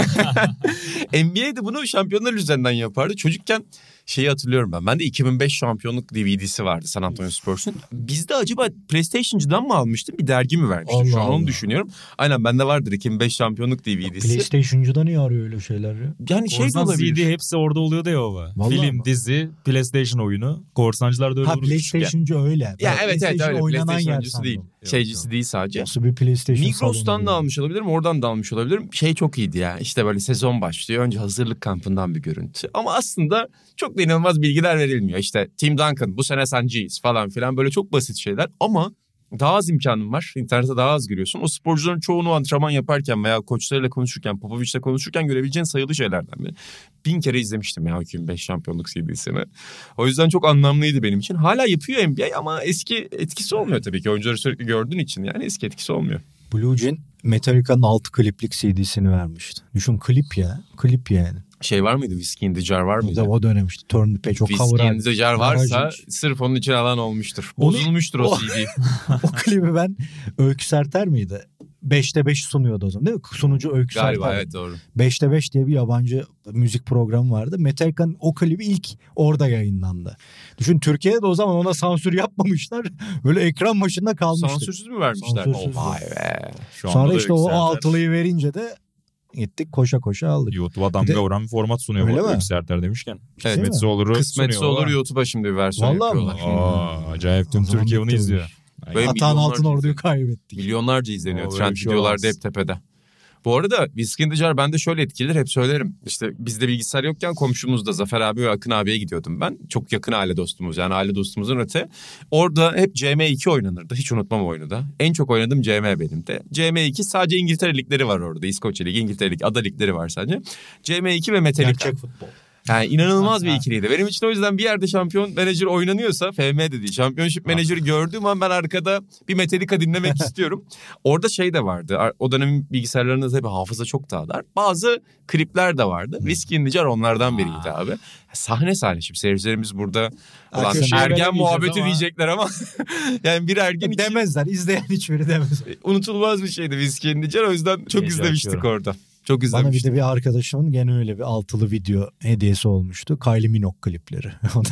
S6: N B A'de bunu şampiyonlar üzerinden yapardı. Çocukken şeyi hatırlıyorum ben. Ben de iki bin beş şampiyonluk D V D'si vardı San Antonio Spurs'un. Bizde acaba PlayStation'cıdan mı almıştım, bir dergi mi vermiştim?
S4: Allah
S6: Şu an onu
S4: Allah.
S6: düşünüyorum. Aynen, bende vardır iki bin beş şampiyonluk D V D'si.
S4: PlayStation'cıda niye arıyor öyle şeyler ya?
S6: Yani şey de
S3: Korsan
S6: olabilir.
S3: C D hepsi orada oluyordu ya baba.
S4: Vallahi
S3: Film,
S4: mi?
S3: dizi, PlayStation oyunu. Korsancılar da öyle
S4: Ha
S3: olurdu küçükken.
S4: PlayStation'cı öyle.
S6: Ya
S4: Ben
S6: evet evet
S4: PlayStation
S6: öyle.
S4: oynanan
S6: PlayStation
S4: yer
S6: oyuncusu değil.
S4: sandım.
S6: Şeycisi değil sadece.
S4: Nasıl bir PlayStation
S6: Migros'tan
S4: salonu
S6: da
S4: ya?
S6: almış olabilirim, oradan da almış olabilirim. Şey çok iyiydi ya. İşte böyle sezon başlıyor. Önce hazırlık kampından bir görüntü. Ama aslında çok da inanılmaz bilgiler verilmiyor. İşte Tim Duncan bu sene sen G's falan filan, böyle çok basit şeyler. Ama daha az imkanın var. İnternete daha az giriyorsun. O sporcuların çoğunu antrenman yaparken veya koçlarıyla konuşurken, Popovic'le konuşurken görebileceğin sayılı şeylerden biri. Bin kere izlemiştim ya iki bin beş şampiyonluk C D'sini. O yüzden çok anlamlıydı benim için. Hala yapıyor N B A ama eski etkisi olmuyor tabii ki. Oyuncuları sürekli gördüğün için yani eski etkisi olmuyor.
S4: Blue Jean Metallica'nın altı kliplik C D'sini vermişti. Düşün, klip ya. Klip yani.
S6: Şey var mıydı? Whiskey in the Jar var
S4: Bir
S6: mıydı?
S4: de o dönem işte Turn the Page, o cover
S6: Whiskey in
S4: albüm.
S6: the Jar varsa
S4: Garaj.
S6: sırf onun için alan olmuştur.
S4: Onu-
S6: Bozulmuştur o
S4: o-
S6: C D.
S4: O klibi ben, Öykü Serter miydi? beşte beş sunuyordu o zaman değil mi? Sunucu Öykü
S6: Galiba
S4: Serter.
S6: evet doğru.
S4: beşte beş diye bir yabancı müzik programı vardı. Metallica'nın o klibi ilk orada yayınlandı. Düşün, Türkiye'de de o zaman ona sansür yapmamışlar. Böyle ekran başında kalmıştı.
S6: Sansürsüz mü vermişler?
S4: Sansürsüz.
S6: Oh, vay be.
S3: Şu anda
S4: Sonra
S3: da
S4: işte o
S3: yükseltiler.
S4: altılıyı verince de gittik koşa koşa aldık.
S3: YouTube'a
S4: Bir
S3: damga
S4: de-
S3: vuran bir format sunuyor.
S4: Öyle
S3: bu
S4: mi?
S3: Yükseltiler demişken.
S6: Evet.
S3: Kısmetse olur'u
S6: Kısmetse
S3: sunuyor
S6: olur
S3: baba.
S6: YouTube'a şimdi bir versiyon
S4: Vallahi mi?
S6: yapıyorlar.
S3: Aa, acayip tüm
S4: O zaman
S3: Türkiye bunu
S4: bitti bu
S3: izliyor.
S4: iş.
S6: Böyle
S4: Atan
S6: milyonlarca
S4: altın orduyu
S6: izleniyor.
S4: kaybettik.
S6: Milyonlarca izleniyor.
S3: O böyle
S6: Trend
S3: bir şey
S6: videolarda
S3: olamaz.
S6: hep tepede. Bu arada Whiskey in the Jar bende şöyle etkiler, hep söylerim. İşte bizde bilgisayar yokken komşumuzda Zafer abi ve Akın abiye gidiyordum ben. Çok yakın aile dostumuz, yani aile dostumuzun öte. Orada hep C M iki oynanırdı. Hiç unutmam o oyunu da. En çok oynadığım C M benim de. C M iki sadece İngiltere ligleri var orada. İskoçya Ligi, İngiltere Ligi, ada ligleri var sadece. C M iki ve Metallica.
S4: Gerçek futbol.
S6: Yani inanılmaz bir ikiliydi. Benim için o yüzden bir yerde şampiyon menajer oynanıyorsa, F M de değil, Championship menajeri gördüğüm an ben arkada bir Metallica dinlemek istiyorum. Orada şey de vardı. O dönemin bilgisayarlarında tabii hafıza çok daha dar. Bazı klipler de vardı. Whiskey in the Jar onlardan biriydi abi. Sahne sahne, şimdi seyircilerimiz burada ulan
S4: Akşam
S6: ergen
S4: öğrenemeyeceğiz
S6: muhabbeti
S4: ama-
S6: diyecekler ama yani bir ergen için
S4: Demezler. İzleyen hiçbiri demez.
S6: unutulmaz bir şeydi Whiskey in the Jar. O yüzden çok
S3: İyice
S6: izlemiştik
S3: açıyorum.
S6: orada. Çok
S4: Bana bir
S6: izlemiştik.
S4: de bir arkadaşımın gene öyle bir altılı video hediyesi olmuştu. Kylie Minogue klipleri.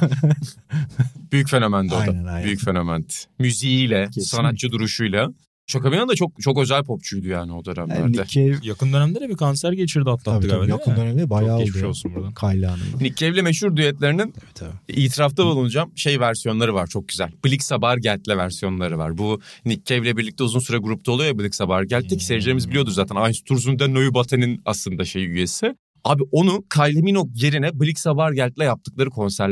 S6: Büyük fenomendi o da.
S4: Aynen, aynen.
S6: Büyük fenomendi. Müziğiyle,
S4: Kesinlikle.
S6: sanatçı duruşuyla. Şakabiyan da çok çok özel popçuydu yani o dönemlerde.
S4: Yani Nick Cave,
S3: Yakın dönemde de bir kanser geçirdi, atlattı
S4: tabii,
S3: galiba
S4: tabii,
S3: değil
S4: yakın
S3: mi?
S4: dönemde bayağı
S3: Çok
S4: oldu.
S3: geçmiş
S4: ya.
S3: olsun buradan.
S4: Kylie Hanım.
S6: Nick Cave'le meşhur düetlerinin
S4: Evet, tabii.
S6: itirafta bulunacağım şey versiyonları var, çok güzel. Blixa Bargeld'le versiyonları var. Bu Nick Cave'le birlikte uzun süre grupta oluyor ya Blixa Bargeld'te, ki seyircilerimiz biliyordur zaten. Einsturz'un da Neubatte'nin aslında şey üyesi. Abi onu Kylie Minogue yerine Blixa Bargeld'le yaptıkları konserler var.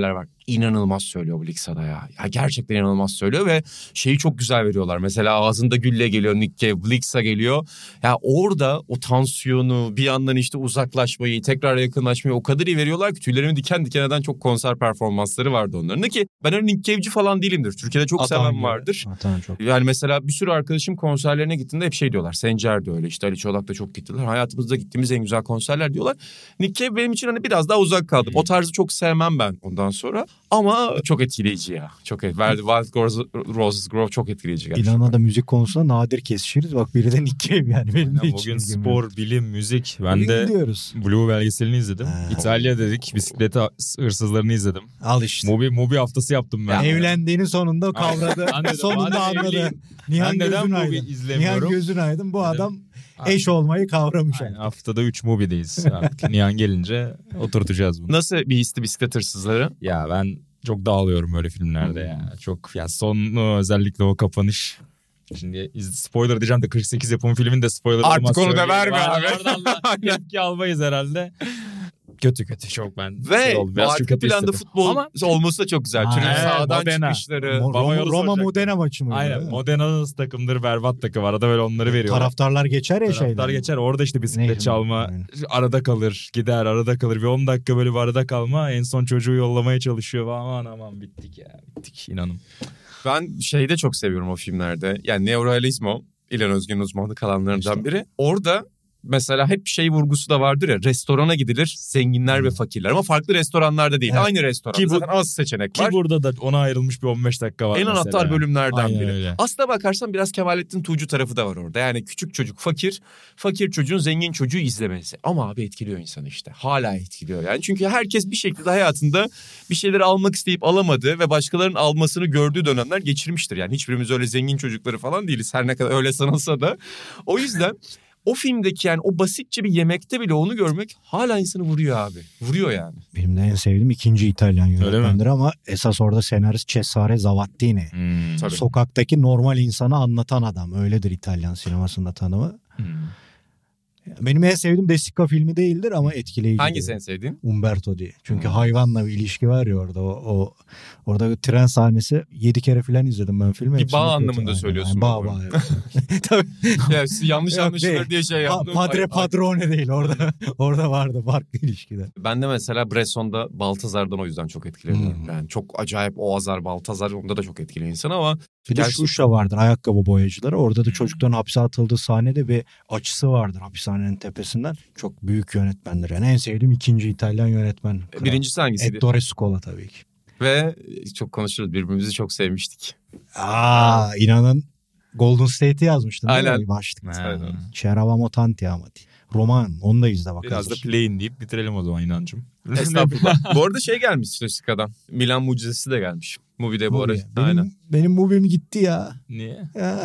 S6: inanılmaz söylüyor bu Lixa'da ya. Ya gerçekten inanılmaz söylüyor ve şeyi çok güzel veriyorlar. Mesela ağzında gülle geliyor Nick Cave, Lixa geliyor. Ya orada o tansiyonu, bir yandan işte uzaklaşmayı, tekrar yakınlaşmayı o kadar iyi veriyorlar ki tüylerimi diken diken eden çok konser performansları vardı onların. Ki ben öyle Nick Cave'ci falan değilimdir. Türkiye'de çok
S4: Atan
S6: seven
S4: gibi.
S6: vardır.
S4: Atan çok.
S6: Yani mesela bir sürü arkadaşım konserlerine gittiğinde hep şey diyorlar. Sencer de öyle, işte Ali Çolak da çok gittiler. Hayatımızda gittiğimiz en güzel konserler diyorlar. Nick Cave benim için hani biraz daha uzak kaldım. O tarzı çok sevmem ben ondan sonra. Ama çok etkileyici ya. Çok etkileyici. Wild Roses Grove çok etkileyici gerçekten.
S4: İnan'a da müzik konusunda nadir kesişiriz. Bak biri de Nick Cave yani. Benim de
S3: Yani
S4: hiç
S3: bugün
S4: ilgim
S3: spor,
S4: yok.
S3: bilim, müzik. Ben
S4: Bugün
S3: de
S4: gidiyoruz.
S3: Blue belgeselini izledim.
S4: Ha.
S3: İtalya dedik. Bisiklet hırsızlarını izledim.
S4: Al işte.
S3: Mobi, Mobi haftası yaptım ben.
S4: Evlendiğini sonunda kavradı.
S3: Ben dedim,
S4: sonunda
S3: madem
S4: anladı.
S3: evliyim,
S4: Nihan
S3: ben neden
S4: gözün
S3: Mobi
S4: aydın. Nihan
S3: izlemiyorum?
S4: gözün aydın. Bu
S3: Dedim,
S4: adam eş olmayı kavramış.
S3: Yani
S4: Yani.
S3: haftada üç Mobi'deyiz. Artık Nihan gelince oturtacağız bunu.
S6: Nasıl bir histi bisiklet hırsızları?
S3: Ya ben çok dağılıyorum böyle filmlerde ya. Çok ya sonu özellikle o kapanış. Şimdi iz- spoiler diyeceğim de kırk sekiz yapımı filmin de spoiler
S6: Artık
S3: olmaz
S6: onu da
S3: söyleyeyim.
S6: verme
S3: Var-
S6: abi.
S3: Oradan da tepki almayız herhalde. Kötü kötü çok ben.
S6: Ve
S3: şey oldu, biraz
S6: arka
S3: kötü
S6: planda
S3: istedim.
S6: futbol
S3: Ama
S6: olması da çok güzel.
S4: Ha,
S6: Türk
S4: evet,
S6: sahadan
S3: Modena.
S6: çıkışları.
S4: Mo-
S3: Babaya
S4: Roma,
S3: onu
S4: Roma
S3: soracaktım.
S4: Modena maçı mı?
S3: Aynen. Modena takımdır, berbat takım. Arada böyle onları veriyorlar.
S4: Taraftarlar geçer ya
S3: Taraftar
S4: şeyden.
S3: geçer. Orada işte bisiklet
S4: Neyse,
S3: çalma.
S4: aynen.
S3: Arada kalır. Gider arada kalır. Bir on dakika böyle bir arada kalma. En son çocuğu yollamaya çalışıyor. Aman aman bittik ya. Bittik inanın.
S6: Ben şeyi de çok seviyorum o filmlerde. Yani Neorealizmo, İlhan Özgen'in uzmanlık kalanlarından
S4: İşte.
S6: biri. Orada mesela hep şey vurgusu da vardır ya, restorana gidilir zenginler ve fakirler ama farklı restoranlarda değil.
S4: Evet.
S6: Aynı restoranda
S3: Ki bu-
S6: zaten az seçenek
S3: Ki
S6: var.
S3: burada da ona ayrılmış bir on beş dakika var
S6: En
S3: mesela.
S6: anahtar bölümlerden
S3: Aynen
S6: biri.
S3: öyle.
S6: Aslına bakarsan biraz Kemalettin Tuğcu tarafı da var orada. Yani küçük çocuk fakir, fakir çocuğun zengin çocuğu izlemesi. Ama abi etkiliyor insanı işte. Hala etkiliyor yani. Çünkü herkes bir şekilde hayatında bir şeyleri almak isteyip alamadığı ve başkalarının almasını gördüğü dönemler geçirmiştir. Yani hiçbirimiz öyle zengin çocukları falan değiliz. Her ne kadar öyle sanılsa da. O yüzden o filmdeki yani o basitçe bir yemekte bile onu görmek hala insanı vuruyor abi. Vuruyor yani.
S4: Benim de en sevdiğim ikinci İtalyan
S3: Öyle mi?
S4: yönetmendir ama esas orada senarist Cesare Zavattini.
S3: Hmm.
S6: Tabii.
S4: Sokaktaki normal insanı anlatan adam. Öyledir İtalyan sinemasında tanımı.
S3: Hmm.
S4: Benim en sevdiğim De Sica filmi değildir ama etkileyici.
S6: Hangisi en sevdiğin?
S4: Umberto diye. Çünkü
S6: Hmm.
S4: hayvanla bir ilişki var ya orada. O, o orada bir tren sahnesi yedi kere falan izledim ben filmi.
S6: Bir
S4: Hepsinde
S6: bağ
S4: kötü.
S6: anlamında
S4: Aynen.
S6: söylüyorsun
S4: Yani bağ
S6: bu
S4: bağ.
S6: arada.
S4: evet. Tabii.
S6: Ya siz yanlış
S4: Yok,
S6: anlaşılır
S4: değil.
S6: diye şey
S4: Pa-
S6: yaptım.
S4: Padre
S6: Ay- ay-
S4: Padrone değil orada. Orada vardı farklı ilişkiler.
S6: Ben de mesela Bresson'da Baltazar'dan o yüzden çok etkileniyorum.
S4: Hmm.
S6: Yani çok acayip o Azar Baltazar, onda da çok etkili insan ama
S4: Bir de
S6: Gerçi-
S4: Şuşa vardır ayakkabı boyacıları. Orada da çocukların hapse atıldığı sahnede bir açısı vardır hapishanenin tepesinden. Çok büyük yönetmendir. Yani en sevdiğim ikinci İtalyan yönetmen.
S6: birincisi hangisiydi?
S4: Ettore Scola tabii ki.
S6: Ve çok konuşuruz, birbirimizi çok sevmiştik.
S4: Aa, inanın Golden State'i yazmıştın değil
S6: Aynen.
S4: mi? Başlık.
S3: Ha.
S6: Aynen.
S4: Ceravamo tanti amati. Roman. Onu da izle bak.
S3: Biraz da
S4: hazır.
S3: play'in deyip bitirelim o zaman inancım.
S6: Estağfurullah. Bu arada şey gelmiş Jessica'dan. Milan Mucizesi de gelmiş. Movie'de bu ara.
S4: Movie. Benim,
S6: Aynen.
S4: benim movie'm gitti ya.
S3: Niye?
S4: ya.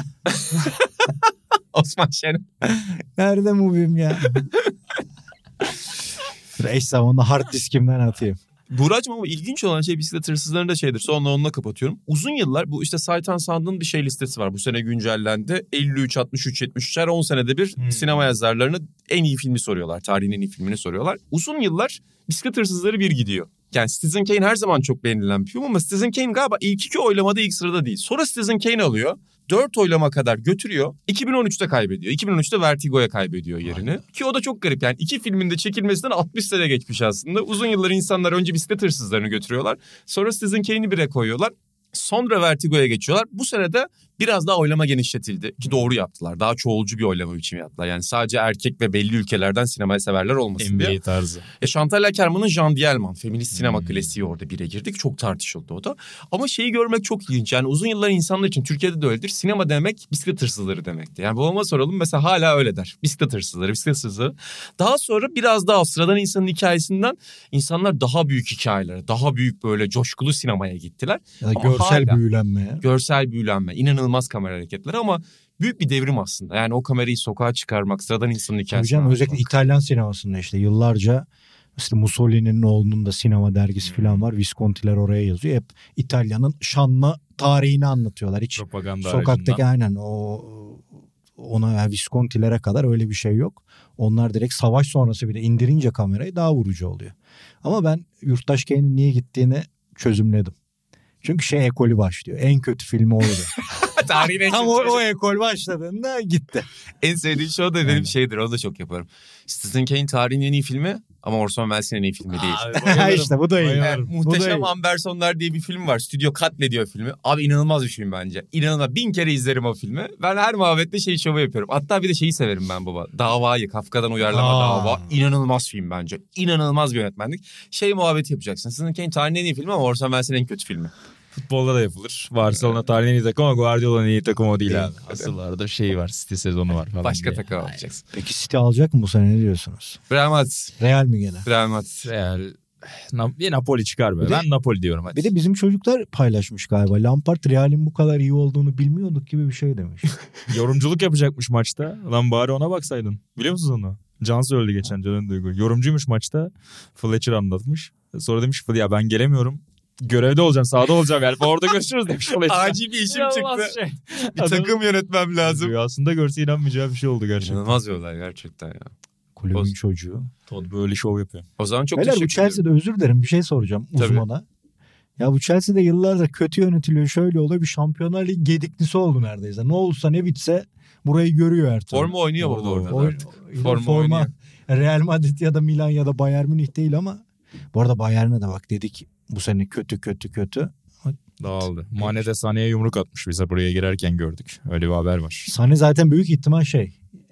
S6: Osman Şen.
S4: Nerede movie'm ya? Dur, eş zamanlı hard diskimden atayım.
S6: Buracığım ama ilginç olan şey bisiklet hırsızlarında şeydir. Sonra onunla kapatıyorum. Uzun yıllar bu işte Saytan Sand'ın bir şey listesi var. Bu sene güncellendi. elli üç, altmış üç, yetmiş üç her on senede bir
S3: Hmm.
S6: sinema yazarlarına en iyi filmi soruyorlar. Tarihin en iyi filmini soruyorlar. Uzun yıllar bisiklet hırsızları bir gidiyor. Yani Citizen Kane her zaman çok beğenilen bir film ama Citizen Kane galiba ilk iki oylamada ilk sırada değil. Sonra Citizen Kane alıyor. Dört oylama kadar götürüyor. iki bin on üçte kaybediyor. iki bin on üçte Vertigo'ya kaybediyor yerini. Aynen. Ki o da çok garip. Yani iki filminde çekilmesinden altmış sene geçmiş aslında. Uzun yıllar insanlar önce bisiklet hırsızlarını götürüyorlar. Sonra Citizen Kane'i bire koyuyorlar. Sonra Vertigo'ya geçiyorlar. Bu sene de biraz daha oylama genişletildi. Ki doğru yaptılar. Daha çoğulcu bir oylama biçimi yaptılar. Yani sadece erkek ve belli ülkelerden sinemaya severler olmasın
S3: N B A
S6: diye.
S3: tarzı.
S6: E Chantal Akerman'ın Jean Dielman feminist sinema
S3: Hmm.
S6: klasiği orada bire girdik. Çok tartışıldı o da. Ama şeyi görmek çok ilginç. Yani uzun yıllar insanlar için Türkiye'de de öyledir. Sinema demek bisiklet hırsızları demekti. Yani babama soralım mesela hala öyle der. Bisiklet hırsızları, bisiklet hırsızları. Daha sonra biraz daha sıradan insanın hikayesinden insanlar daha büyük hikayelere, daha büyük böyle coşkulu sinemaya gittiler.
S4: Ya da
S6: Ama
S4: görsel
S6: hala-
S4: büyülenme ya.
S6: Görsel büyülenme, inanılmaz kamera hareketleri ama büyük bir devrim aslında. Yani o kamerayı sokağa çıkarmak, sıradan insanın
S4: Tabii
S6: hikayesini
S4: canım, özellikle
S6: anlatmak.
S4: İtalyan sinemasında işte yıllarca işte Mussolini'nin oğlunun da sinema dergisi falan var. Visconti'ler oraya yazıyor. Hep İtalya'nın şanlı tarihini anlatıyorlar. Hiç
S3: Propaganda
S4: sokaktaki
S3: aracından.
S4: aynen o ona yani Visconti'lere kadar öyle bir şey yok. Onlar direkt savaş sonrası bir de indirince kamerayı daha vurucu oluyor. Ama ben Yurttaş Kane'in niye gittiğini çözümledim. Çünkü şey ekolü başlıyor. En kötü filmi oydu.
S6: Tarihin en
S4: Tam
S6: çok-
S4: o, o ekol başladığında gitti.
S6: En sevdiğim show da benim şeydir. Onu da çok yaparım. Citizen Kane tarihin en iyi filmi ama Orson Welles'in en iyi filmi değil.
S4: işte bu da iyi.
S6: Evet,
S4: Bu da
S6: Muhteşem
S4: iyi.
S6: Ambersonlar diye bir film var. Stüdyo katlediyor filmi. Abi inanılmaz bir film bence. İnanılmaz. Bin kere izlerim o filmi. Ben her muhabbette şey şovu yapıyorum. Hatta bir de şeyi severim ben baba. Davayı. Kafka'dan uyarlama
S4: Aa.
S6: dava. İnanılmaz film bence. İnanılmaz bir yönetmenlik. Şey muhabbeti yapacaksın. Citizen Kane tarihin en iyi filmi ama Orson Welles'in en kötü filmi.
S3: Futbolda da yapılır. Barcelona tarihin en iyi takım ama Guardiola'nın en iyi takımı o değil
S6: Değil.
S3: abi. Asıllarda şey var. City sezonu var falan.
S6: Başka
S3: diye.
S6: takım alacaksın.
S4: Peki City alacak mı bu sene, ne diyorsunuz?
S6: Real Madrid.
S4: Real mi gene?
S6: Real Madrid.
S3: Real. Na- Bir Napoli çıkar be.
S4: Bir de-
S3: Ben Napoli diyorum hadi.
S4: Bir de bizim çocuklar paylaşmış galiba. Lampard Real'in bu kadar iyi olduğunu bilmiyorduk gibi bir şey demiş.
S3: Yorumculuk yapacakmış maçta. Lan bari ona baksaydın. Biliyor musunuz onu? Can söyledi geçen Can Duygu. Yorumcuymuş maçta. Fletcher anlatmış. Sonra demiş ya ben gelemiyorum. Görevde olacağım, sahada olacağım yani. Orada görüşürüz demiş Fletcher.
S6: Acil bir işim
S3: İnanılmaz
S6: çıktı.
S3: şey.
S6: Bir
S3: Adam-
S6: takım yönetmem lazım.
S3: Rüyasında görse inanmayacağı bir şey oldu gerçekten.
S6: İnanılmaz bir olay gerçekten ya.
S4: Kulübün
S6: Oz-
S4: çocuğu.
S3: Todd böyle şov yapıyor.
S6: O zaman çok
S4: Beyler bu
S6: teşekkür ederim.
S4: Chelsea'de, özür dilerim, bir şey soracağım
S6: Tabii.
S4: uzmana. Ya bu Chelsea'de yıllardır kötü yönetiliyor, şöyle oluyor, bir Şampiyonlar Ligi gediklisi oldu neredeyse. Ne olsa ne bitse burayı görüyor her türlü.
S6: Forma oynuyor burada orada.
S4: Oy-
S6: artık.
S4: Forma,
S6: Forma oynuyor.
S4: Real Madrid ya da Milan ya da Bayern Münih değil ama bu arada Bayern'e de bak, dedik bu sene kötü kötü kötü.
S3: Dağıldı. Mane de Sané'ye yumruk atmış. Bize buraya girerken gördük. Öyle bir haber var.
S4: Sané zaten büyük ihtimal şey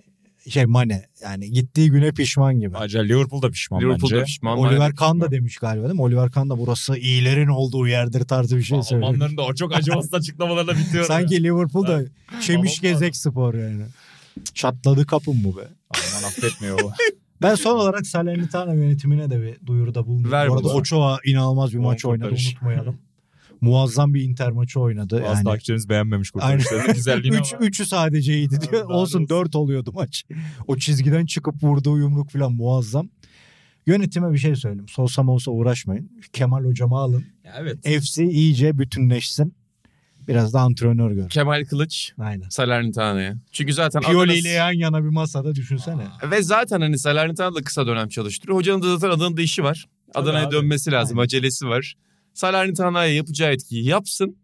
S4: şey Mane, yani gittiği güne pişman gibi.
S3: Acaba Liverpool da pişman
S6: Liverpool'da
S3: bence.
S6: pişman.
S4: Oliver
S6: Bayern
S4: Kahn da
S6: pişman.
S4: demiş galiba değil mi? Oliver Kahn da burası iyilerin olduğu yerdir tarzı bir şey söylüyor.
S3: Almanların da o çok acımasız açıklamalarla bitiyor.
S4: Sanki Liverpool'da çemiş
S3: Tamam
S4: gezek spor yani. Çatladı kapım bu be.
S3: Alman affetmiyor o.
S4: Ben son olarak Salernitana yönetimine de bir duyuruda bulundum.
S6: Ver
S4: Bu arada
S6: baba.
S4: Ochoa inanılmaz bir
S3: On
S4: maç oynadı,
S3: kurtarış.
S4: unutmayalım. Muazzam bir Inter maçı oynadı.
S3: Bazı
S4: Yani
S3: takipçilerimiz beğenmemiş kurtarışlarının güzelliğini
S4: Üç,
S3: ama.
S4: üçü sadece iyiydi diyor.
S3: Daha
S4: Olsun
S3: olsun.
S4: dört oluyordu maç. O çizgiden çıkıp vurduğu yumruk falan muazzam. Yönetime bir şey söyleyeyim. Sosa mosa uğraşmayın. Kemal hocamı alın.
S3: Ya evet.
S4: F C iyice bütünleşsin. Biraz da antrenör gör.
S6: Kemal Kılıç
S4: Aynen.
S6: Salernitana'ya. Çünkü zaten
S4: Pioli
S6: Adana-
S4: ile yan yana bir masada düşünsene.
S6: Ve zaten hani Salernitana da kısa dönem çalıştırıyor. Hocanın da zaten Adana'da işi var. Adana'ya
S3: abi.
S6: dönmesi lazım.
S4: Aynen.
S6: Acelesi var. Salernitana'ya yapacağı etkiyi yapsın.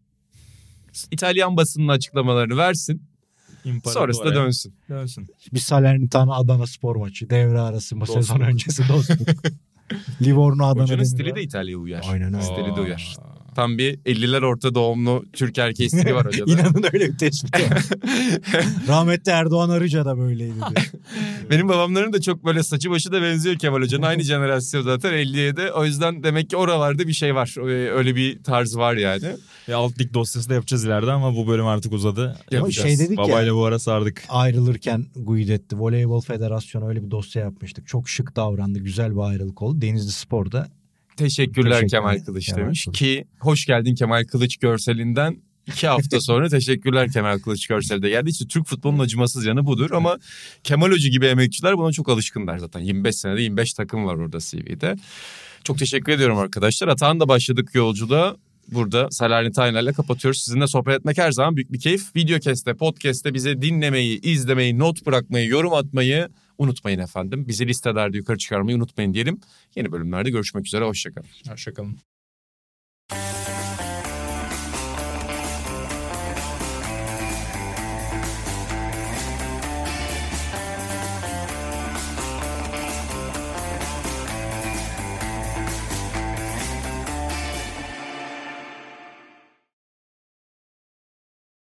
S6: İtalyan basının açıklamalarını versin. Sonrasında dönsün.
S3: Dönsün.
S4: Bir Salernitana Adana spor maçı. Devre arası mı,
S3: Dostluk.
S4: sezon öncesi dostluk. Livorno Adana
S6: Hocanın
S4: Demirel.
S6: stili de İtalya'ya uyar.
S4: Aynen öyle.
S6: Stili de uyar. Tam bir elliler orta doğumlu Türk erkeği stili var hocada.
S4: İnanın öyle bir tespit var. Rahmetli Erdoğan Arıca da böyleydi diyor.
S6: Benim babamların da çok böyle saçı başı da benziyor Kemal Hoca'nın. Aynı jenerasyon zaten elli yedi. O yüzden demek ki oralarda bir şey var. Öyle bir tarz var yani.
S3: Ve alt lig dosyası da yapacağız ileride ama bu bölüm artık uzadı.
S4: Ama şey dedik ya-
S3: Babayla bu ara sardık.
S4: Ayrılırken Guidetti Voleybol Federasyonu öyle bir dosya yapmıştık. Çok şık davrandı. Güzel bir ayrılık oldu. Denizli Spor'da
S6: Teşekkürler
S4: Teşekkür
S6: Kemal
S4: ederim.
S6: Kılıç
S4: Kemal
S6: demiş
S4: Kılıç.
S6: ki hoş geldin Kemal Kılıç görselinden iki hafta sonra teşekkürler Kemal Kılıç görseli de geldi. İşte Türk futbolunun acımasız yanı budur ama Kemal Hoca gibi emekçiler buna çok alışkınlar zaten. yirmi beş senede yirmi beş takım var orada C V'de. Çok teşekkür ediyorum arkadaşlar. Atahan da başladık yolculuğa. Burada Salernitana ile kapatıyoruz. Sizinle sohbet etmek her zaman büyük bir keyif. Videocast'te, podcast'te bizi dinlemeyi, izlemeyi, not bırakmayı, yorum atmayı unutmayın efendim. Bizi listelerde yukarı çıkarmayı unutmayın diyelim. Yeni bölümlerde görüşmek üzere. Hoşçakalın.
S3: Hoşçakalın.